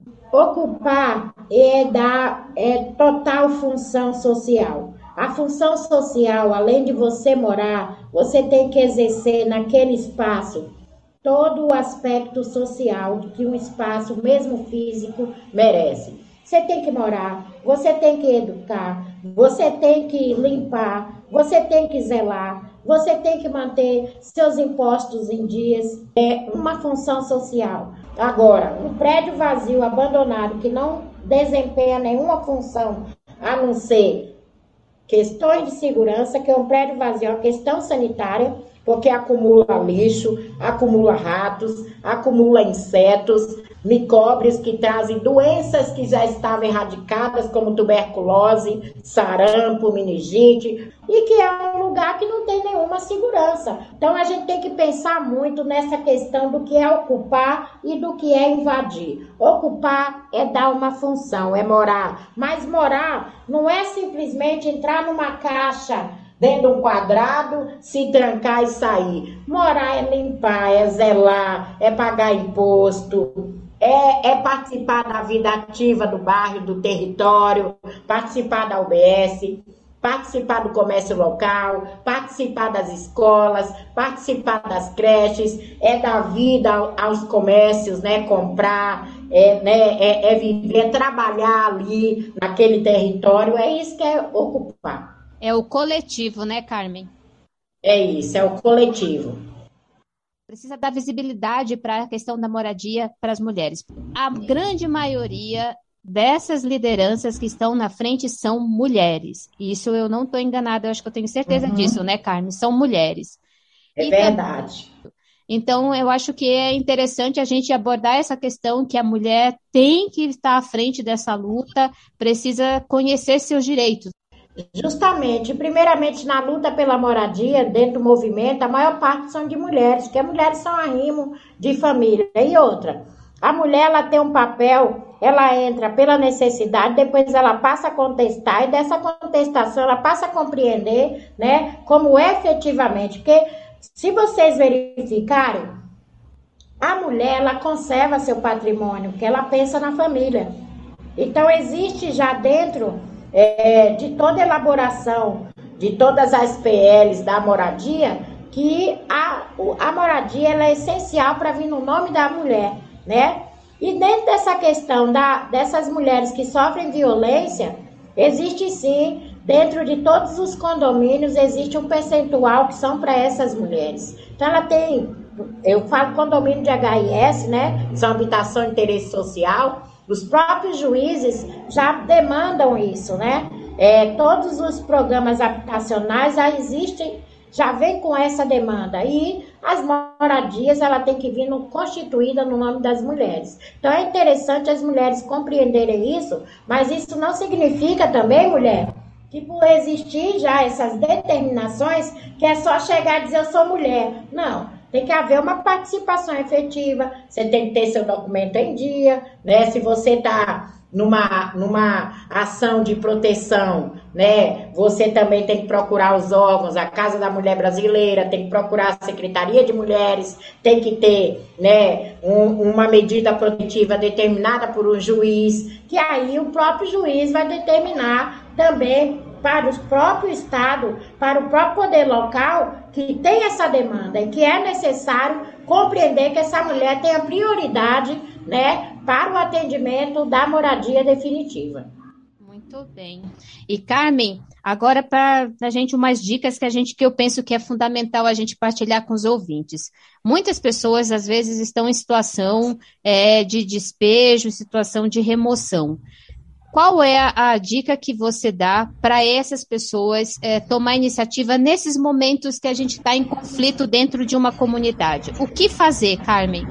Ocupar é dar é total função social. A função social, além de você morar, você tem que exercer naquele espaço todo o aspecto social de que um espaço, mesmo físico, merece. Você tem que morar, você tem que educar, você tem que limpar, você tem que zelar, você tem que manter seus impostos em dias. É uma função social. Agora, um prédio vazio, abandonado, que não desempenha nenhuma função, a não ser questões de segurança, que é um prédio vazio, é uma questão sanitária, porque acumula lixo, acumula ratos, acumula insetos, micróbios que trazem doenças que já estavam erradicadas, como tuberculose, sarampo, meningite, e que é um lugar que não tem nenhuma segurança. Então a gente tem que pensar muito nessa questão do que é ocupar e do que é invadir. Ocupar é dar uma função, é morar, mas morar não é simplesmente entrar numa caixa dentro de um quadrado, se trancar e sair. Morar é limpar, é zelar, é pagar imposto, é, é participar da vida ativa do bairro, do território, participar da U B S, participar do comércio local, participar das escolas, participar das creches, é dar vida aos comércios, né? Comprar, é, né, é, é viver, é trabalhar ali naquele território, é isso que é ocupar.
É o coletivo, né, Carmen?
É isso, é o coletivo.
Precisa dar visibilidade para a questão da moradia para as mulheres. A grande maioria dessas lideranças que estão na frente são mulheres. Isso eu não estou enganada, eu acho que eu tenho certeza uhum. disso, né, Carmen? São mulheres.
É e verdade.
Também, então, eu acho que é interessante a gente abordar essa questão que a mulher tem que estar à frente dessa luta, precisa conhecer seus direitos.
Justamente, primeiramente na luta pela moradia, dentro do movimento, a maior parte são de mulheres, porque as mulheres são arrimo de família. E outra, a mulher ela tem um papel, ela entra pela necessidade, depois ela passa a contestar, e dessa contestação ela passa a compreender, né, como é efetivamente, porque se vocês verificarem, a mulher ela conserva seu patrimônio, porque ela pensa na família. Então existe já dentro É, de toda elaboração, de todas as P Ls da moradia, que a, a moradia ela é essencial para vir no nome da mulher, né? E dentro dessa questão da, dessas mulheres que sofrem violência, existe sim, dentro de todos os condomínios, existe um percentual que são para essas mulheres. Então ela tem, eu falo condomínio de H I S, né? São habitação de interesse social. Os próprios juízes já demandam isso, né? É, todos os programas habitacionais já existem, já vem com essa demanda. E as moradias, ela tem que vir no, constituída no nome das mulheres. Então, é interessante as mulheres compreenderem isso, mas isso não significa também, mulher, que por existir já essas determinações, que é só chegar e dizer eu sou mulher. Não. Tem que haver uma participação efetiva, você tem que ter seu documento em dia, né? Se você está numa, numa ação de proteção, né? Você também tem que procurar os órgãos, a Casa da Mulher Brasileira, tem que procurar a Secretaria de Mulheres, tem que ter, né, um, uma medida protetiva determinada por um juiz, que aí o próprio juiz vai determinar também para o próprio Estado, para o próprio poder local, que tem essa demanda e que é necessário compreender que essa mulher tem a prioridade, né, para o atendimento da moradia definitiva.
Muito bem. E, Carmen, agora para a gente umas dicas que, a gente, que eu penso que é fundamental a gente partilhar com os ouvintes. Muitas pessoas, às vezes, estão em situação é, de despejo, situação de remoção. Qual é a, a dica que você dá para essas pessoas é, tomar iniciativa nesses momentos que a gente está em conflito dentro de uma comunidade? O que fazer, Carmen?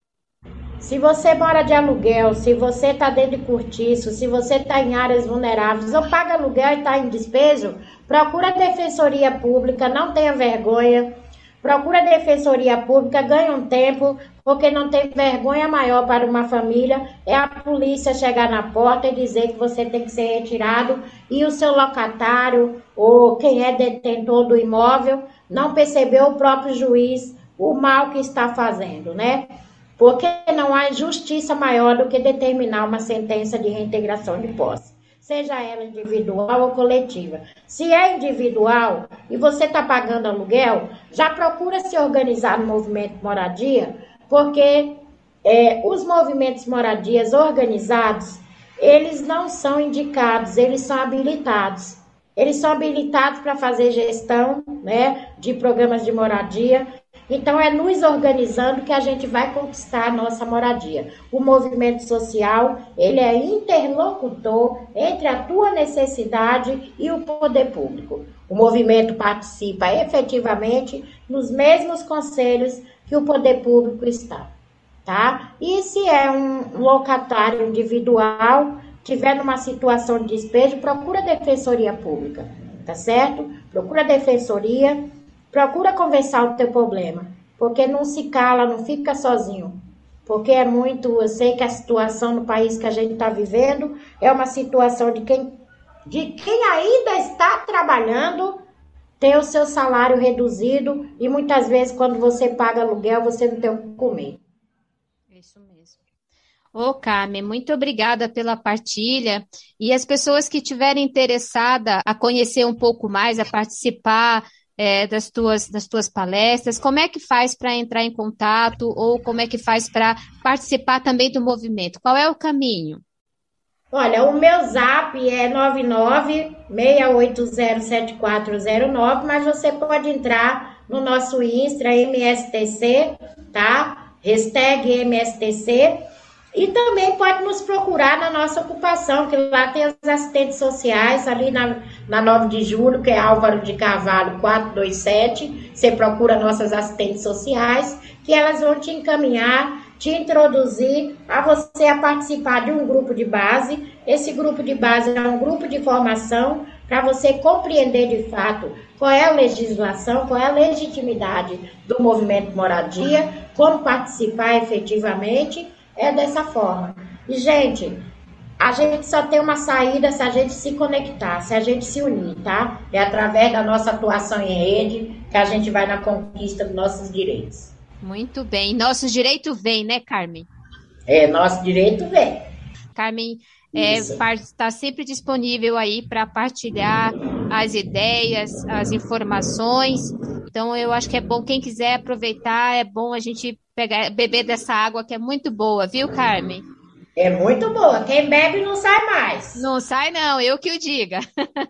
Se você mora de aluguel, se você está dentro de cortiço, se você está em áreas vulneráveis ou paga aluguel e está em despejo, procura a Defensoria Pública, não tenha vergonha. Procura a Defensoria Pública, ganha um tempo, porque não tem vergonha maior para uma família, é a polícia chegar na porta e dizer que você tem que ser retirado e o seu locatário ou quem é detentor do imóvel não percebeu o próprio juiz o mal que está fazendo, né? Porque não há justiça maior do que determinar uma sentença de reintegração de posse, seja ela individual ou coletiva. Se é individual e você está pagando aluguel, já procura se organizar no movimento moradia, porque é, os movimentos moradias organizados, eles não são indicados, eles são habilitados. Eles são habilitados para fazer gestão, né, de programas de moradia. Então, é nos organizando que a gente vai conquistar a nossa moradia. O movimento social, ele é interlocutor entre a tua necessidade e o poder público. O movimento participa efetivamente nos mesmos conselhos que o poder público está, tá? E se é um locatário individual, tiver numa situação de despejo, procura a Defensoria Pública, tá certo? Procura a Defensoria, procura conversar o teu problema, porque não se cala, não fica sozinho, porque é muito, eu sei que a situação no país que a gente está vivendo é uma situação de quem, de quem ainda está trabalhando, ter o seu salário reduzido e muitas vezes quando você paga aluguel, você não tem o que comer.
Isso mesmo. Ô, Carmen, muito obrigada pela partilha. E as pessoas que estiverem interessadas a conhecer um pouco mais, a participar é, das, tuas, das tuas palestras? Como é que faz para entrar em contato ou como é que faz para participar também do movimento? Qual é o caminho?
Olha, o meu zap é nove nove seis oito zero sete quatro zero nove, mas você pode entrar no nosso Insta, M S T C, tá? Hashtag M S T C. E também pode nos procurar na nossa ocupação, que lá tem os assistentes sociais, ali na, na nove de julho, que é Álvaro de Carvalho quatrocentos e vinte e sete. Você procura nossas assistentes sociais, que elas vão te encaminhar, te introduzir a você a participar de um grupo de base. Esse grupo de base é um grupo de formação para você compreender de fato qual é a legislação, qual é a legitimidade do movimento moradia, como participar efetivamente. É dessa forma. E, gente, a gente só tem uma saída se a gente se conectar, se a gente se unir, tá? É através da nossa atuação em rede que a gente vai na conquista dos nossos direitos.
Muito bem. Nosso direito vem, né, Carmen?
É, nosso direito vem.
Carmen está é, sempre disponível aí para partilhar as ideias, as informações. Então, eu acho que é bom, quem quiser aproveitar, é bom a gente pegar, beber dessa água que é muito boa, viu, Carmen?
É muito boa. Quem bebe não sai mais.
Não sai, não. Eu que o diga.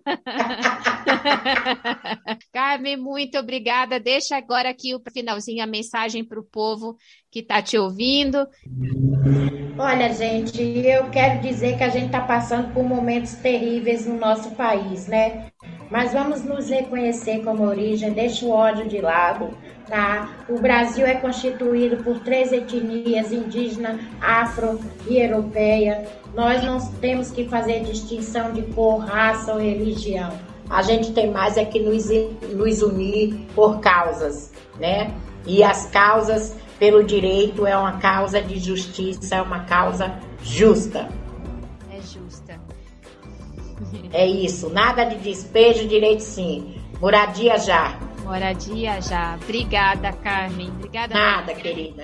Carmen, muito obrigada. Deixa agora aqui o finalzinho a mensagem para o povo que está te ouvindo.
Olha, gente, eu quero dizer que a gente está passando por momentos terríveis no nosso país, né? Mas vamos nos reconhecer como origem, deixa o ódio de lado, tá? O Brasil é constituído por três etnias, indígena, afro e europeia. Nós não temos que fazer distinção de cor, raça ou religião. A gente tem mais é que nos, nos unir por causas, né? E as causas pelo direito é uma causa de justiça, é uma causa justa.
É justa.
É isso, nada de despejo, direito sim. Moradia já.
Moradia já. Obrigada, Carmen. Obrigada.
Nada, querida.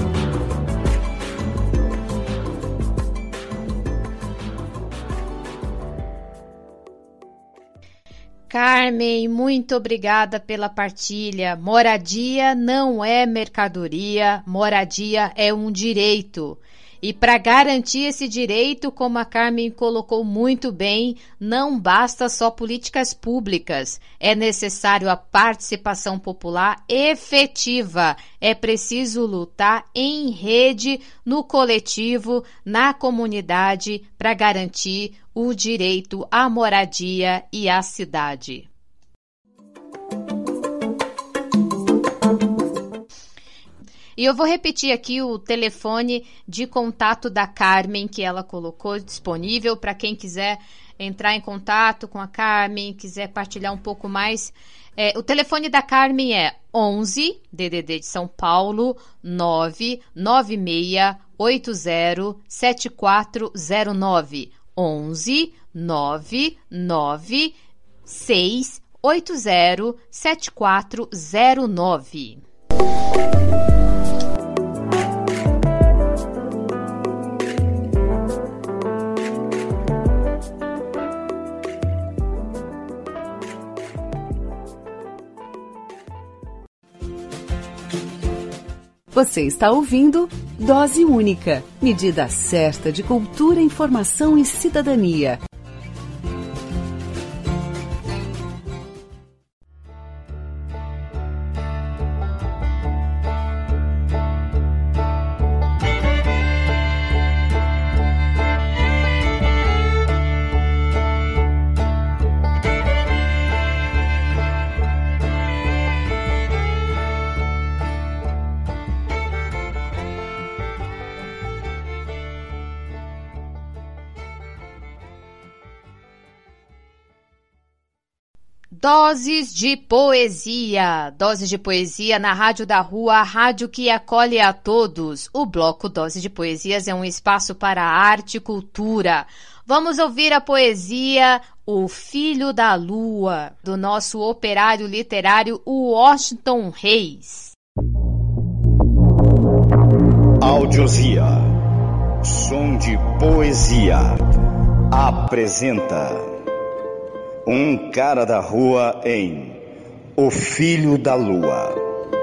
Carmen, muito obrigada pela partilha. Moradia não é mercadoria, moradia é um direito. E para garantir esse direito, como a Carmen colocou muito bem, não basta só políticas públicas. É necessário a participação popular efetiva. É preciso lutar em rede, no coletivo, na comunidade, para garantir o direito à moradia e à cidade. E eu vou repetir aqui o telefone de contato da Carmen, que ela colocou disponível para quem quiser entrar em contato com a Carmen, quiser partilhar um pouco mais. É, o telefone da Carmen é onze, D D D de São Paulo, nove nove seis oito zero sete quatro zero nove. onze nove nove seis oito zero sete quatro zero nove.
Você está ouvindo Dose Única, medida certa de cultura, informação e cidadania.
Doses de poesia, doses de poesia na Rádio da Rua, a rádio que acolhe a todos. O bloco Doses de Poesias é um espaço para arte e cultura. Vamos ouvir a poesia O Filho da Lua, do nosso operário literário Washington Reis.
Audiosia, som de poesia, apresenta... Um cara da rua em O Filho da Lua.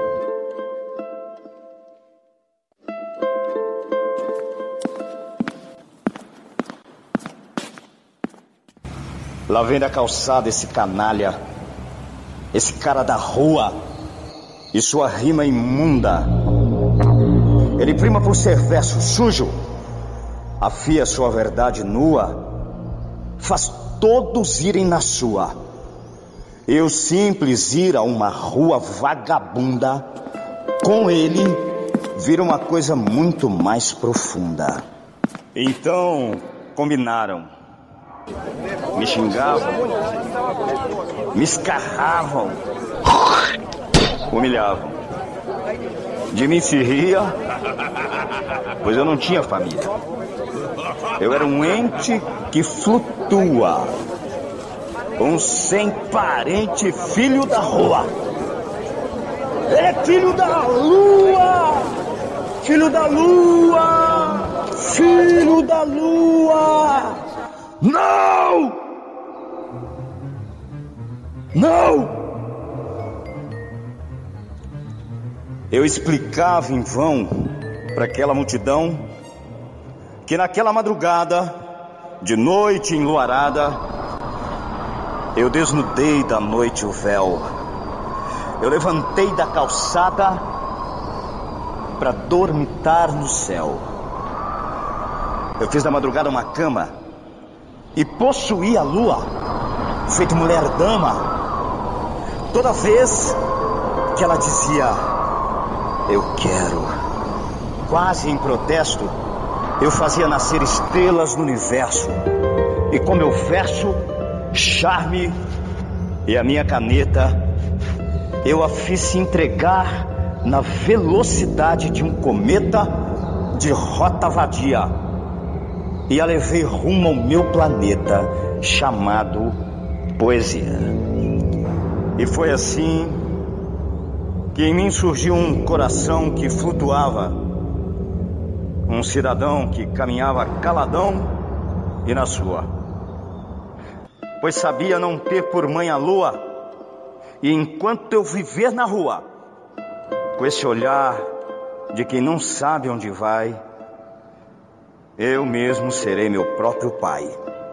Lá vem da calçada esse canalha, esse cara da rua e sua rima imunda. Ele prima por ser verso sujo, afia sua verdade nua, faz todos irem na sua. Eu simples ir a uma rua vagabunda, com ele vira uma coisa muito mais profunda. Então combinaram. Me xingavam, me escarravam, humilhavam. De mim se ria, pois eu não tinha família. Eu era um ente que flutua, um sem parente, filho da rua. Ele é filho da lua, filho da lua, filho da lua. Não! Não! Eu explicava em vão para aquela multidão que naquela madrugada, de noite enluarada, eu desnudei da noite o véu. Eu levantei da calçada para dormitar no céu. Eu fiz da madrugada uma cama e possuí a lua, feito mulher-dama. Toda vez que ela dizia, eu quero, quase em protesto, eu fazia nascer estrelas no universo. E com meu verso, charme e a minha caneta, eu a fiz se entregar na velocidade de um cometa de rota vadia. E a levei rumo ao meu planeta, chamado poesia. E foi assim que em mim surgiu um coração que flutuava, um cidadão que caminhava caladão e na sua, pois sabia não ter por mãe a lua. E enquanto eu viver na rua, com esse olhar de quem não sabe onde vai, eu mesmo serei meu próprio pai.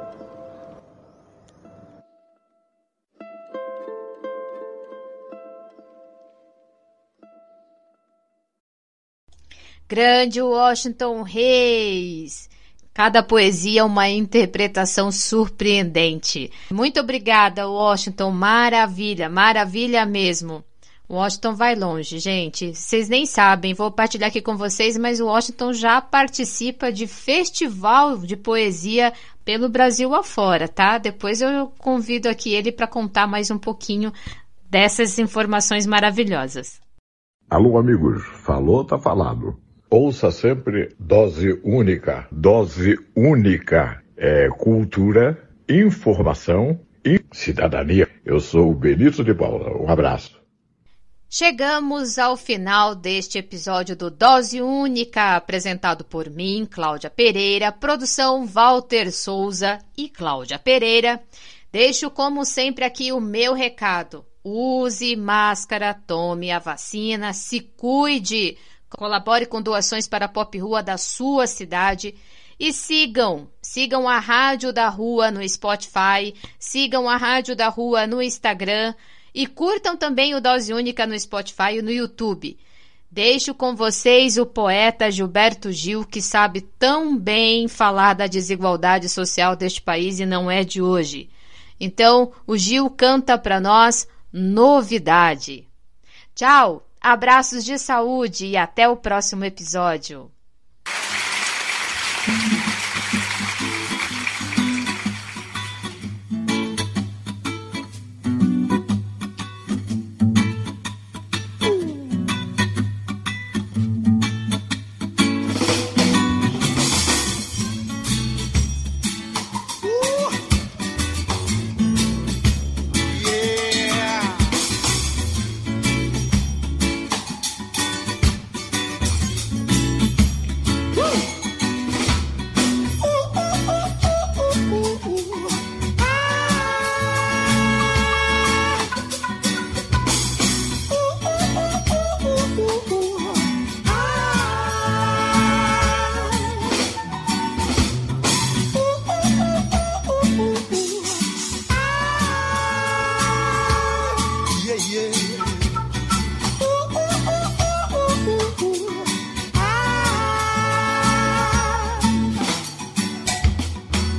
Grande Washington Reis! Cada poesia é uma interpretação surpreendente. Muito obrigada, Washington. Maravilha, maravilha mesmo. Washington vai longe, gente. Vocês nem sabem, vou partilhar aqui com vocês, mas o Washington já participa de festival de poesia pelo Brasil afora, tá? Depois eu convido aqui ele para contar mais um pouquinho dessas informações maravilhosas.
Alô, amigos. Falou, tá falado. Ouça sempre Dose Única. Dose Única é cultura, informação e cidadania. Eu sou o Benito de Paula. Um abraço.
Chegamos ao final deste episódio do Dose Única, apresentado por mim, Cláudia Pereira, produção Walter Souza e Cláudia Pereira. Deixo, como sempre, aqui o meu recado. Use máscara, tome a vacina, se cuide, colabore com doações para a Pop Rua da sua cidade e sigam, sigam a Rádio da Rua no Spotify, sigam a Rádio da Rua no Instagram, e curtam também o Dose Única no Spotify e no YouTube. Deixo com vocês o poeta Gilberto Gil, que sabe tão bem falar da desigualdade social deste país e não é de hoje. Então, o Gil canta para nós Novidade. Tchau, abraços de saúde e até o próximo episódio.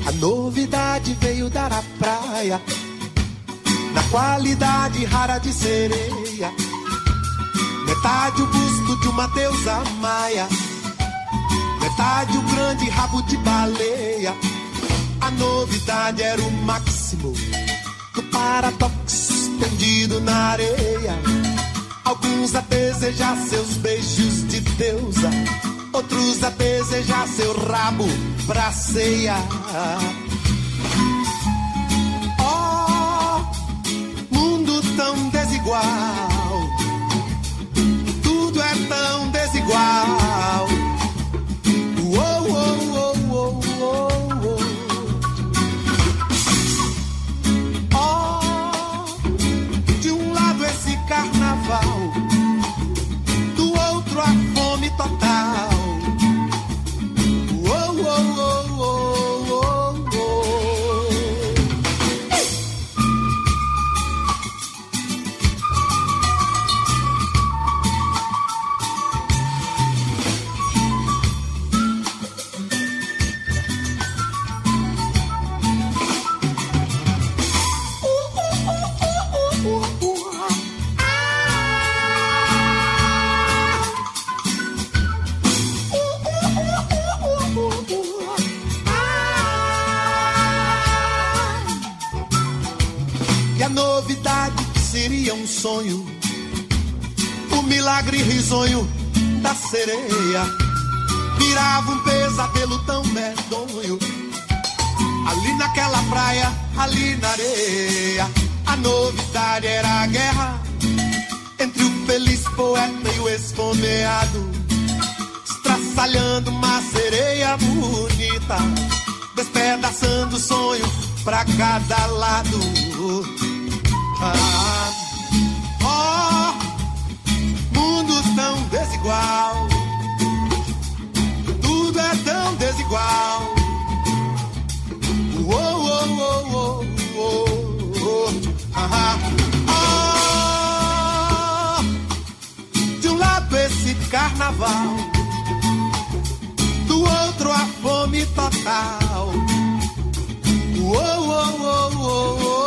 A novidade veio dar à praia, na qualidade rara de sereia. Metade o busto de uma deusa maia, metade o grande rabo de baleia. A novidade era o máximo do paradoxo estendido na areia. Alguns a desejar seus beijos de deusa, outros a desejar seu rabo pra ceia. Oh, mundo tão desigual, tudo é tão desigual. Oh, oh, oh, oh, oh, oh. Oh, de um lado esse carnaval, do outro a fome total. Oh, oh, oh, oh, oh, oh. E a novidade seria um sonho, o milagre risonho da sereia. Virava um pesadelo tão medonho, ali naquela praia, ali na areia. A novidade era a guerra entre o feliz poeta e o esfomeado, estraçalhando uma sereia bonita, despedaçando o sonho pra cada lado. Ah, oh, mundo tão desigual, tudo é tão desigual. Oh, oh, oh, oh, oh, oh. Ah, oh, de um lado esse carnaval, do outro a fome total. Oh, oh, oh, oh, oh, oh.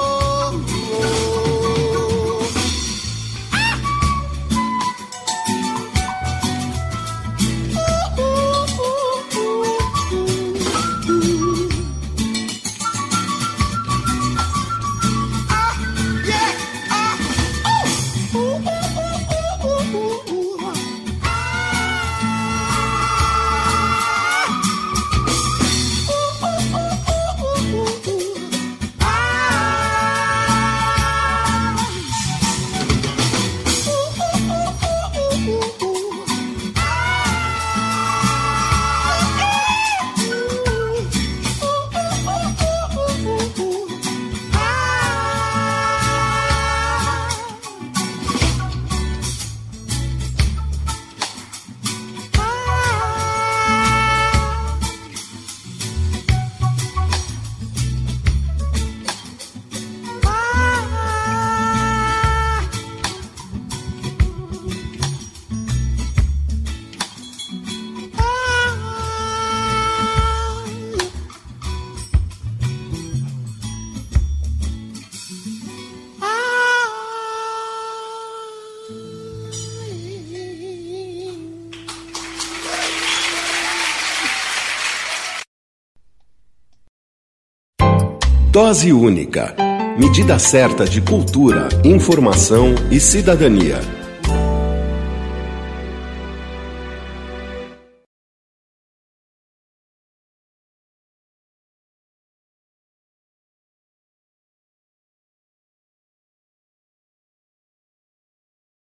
Dose Única. Medida certa de cultura, informação e cidadania.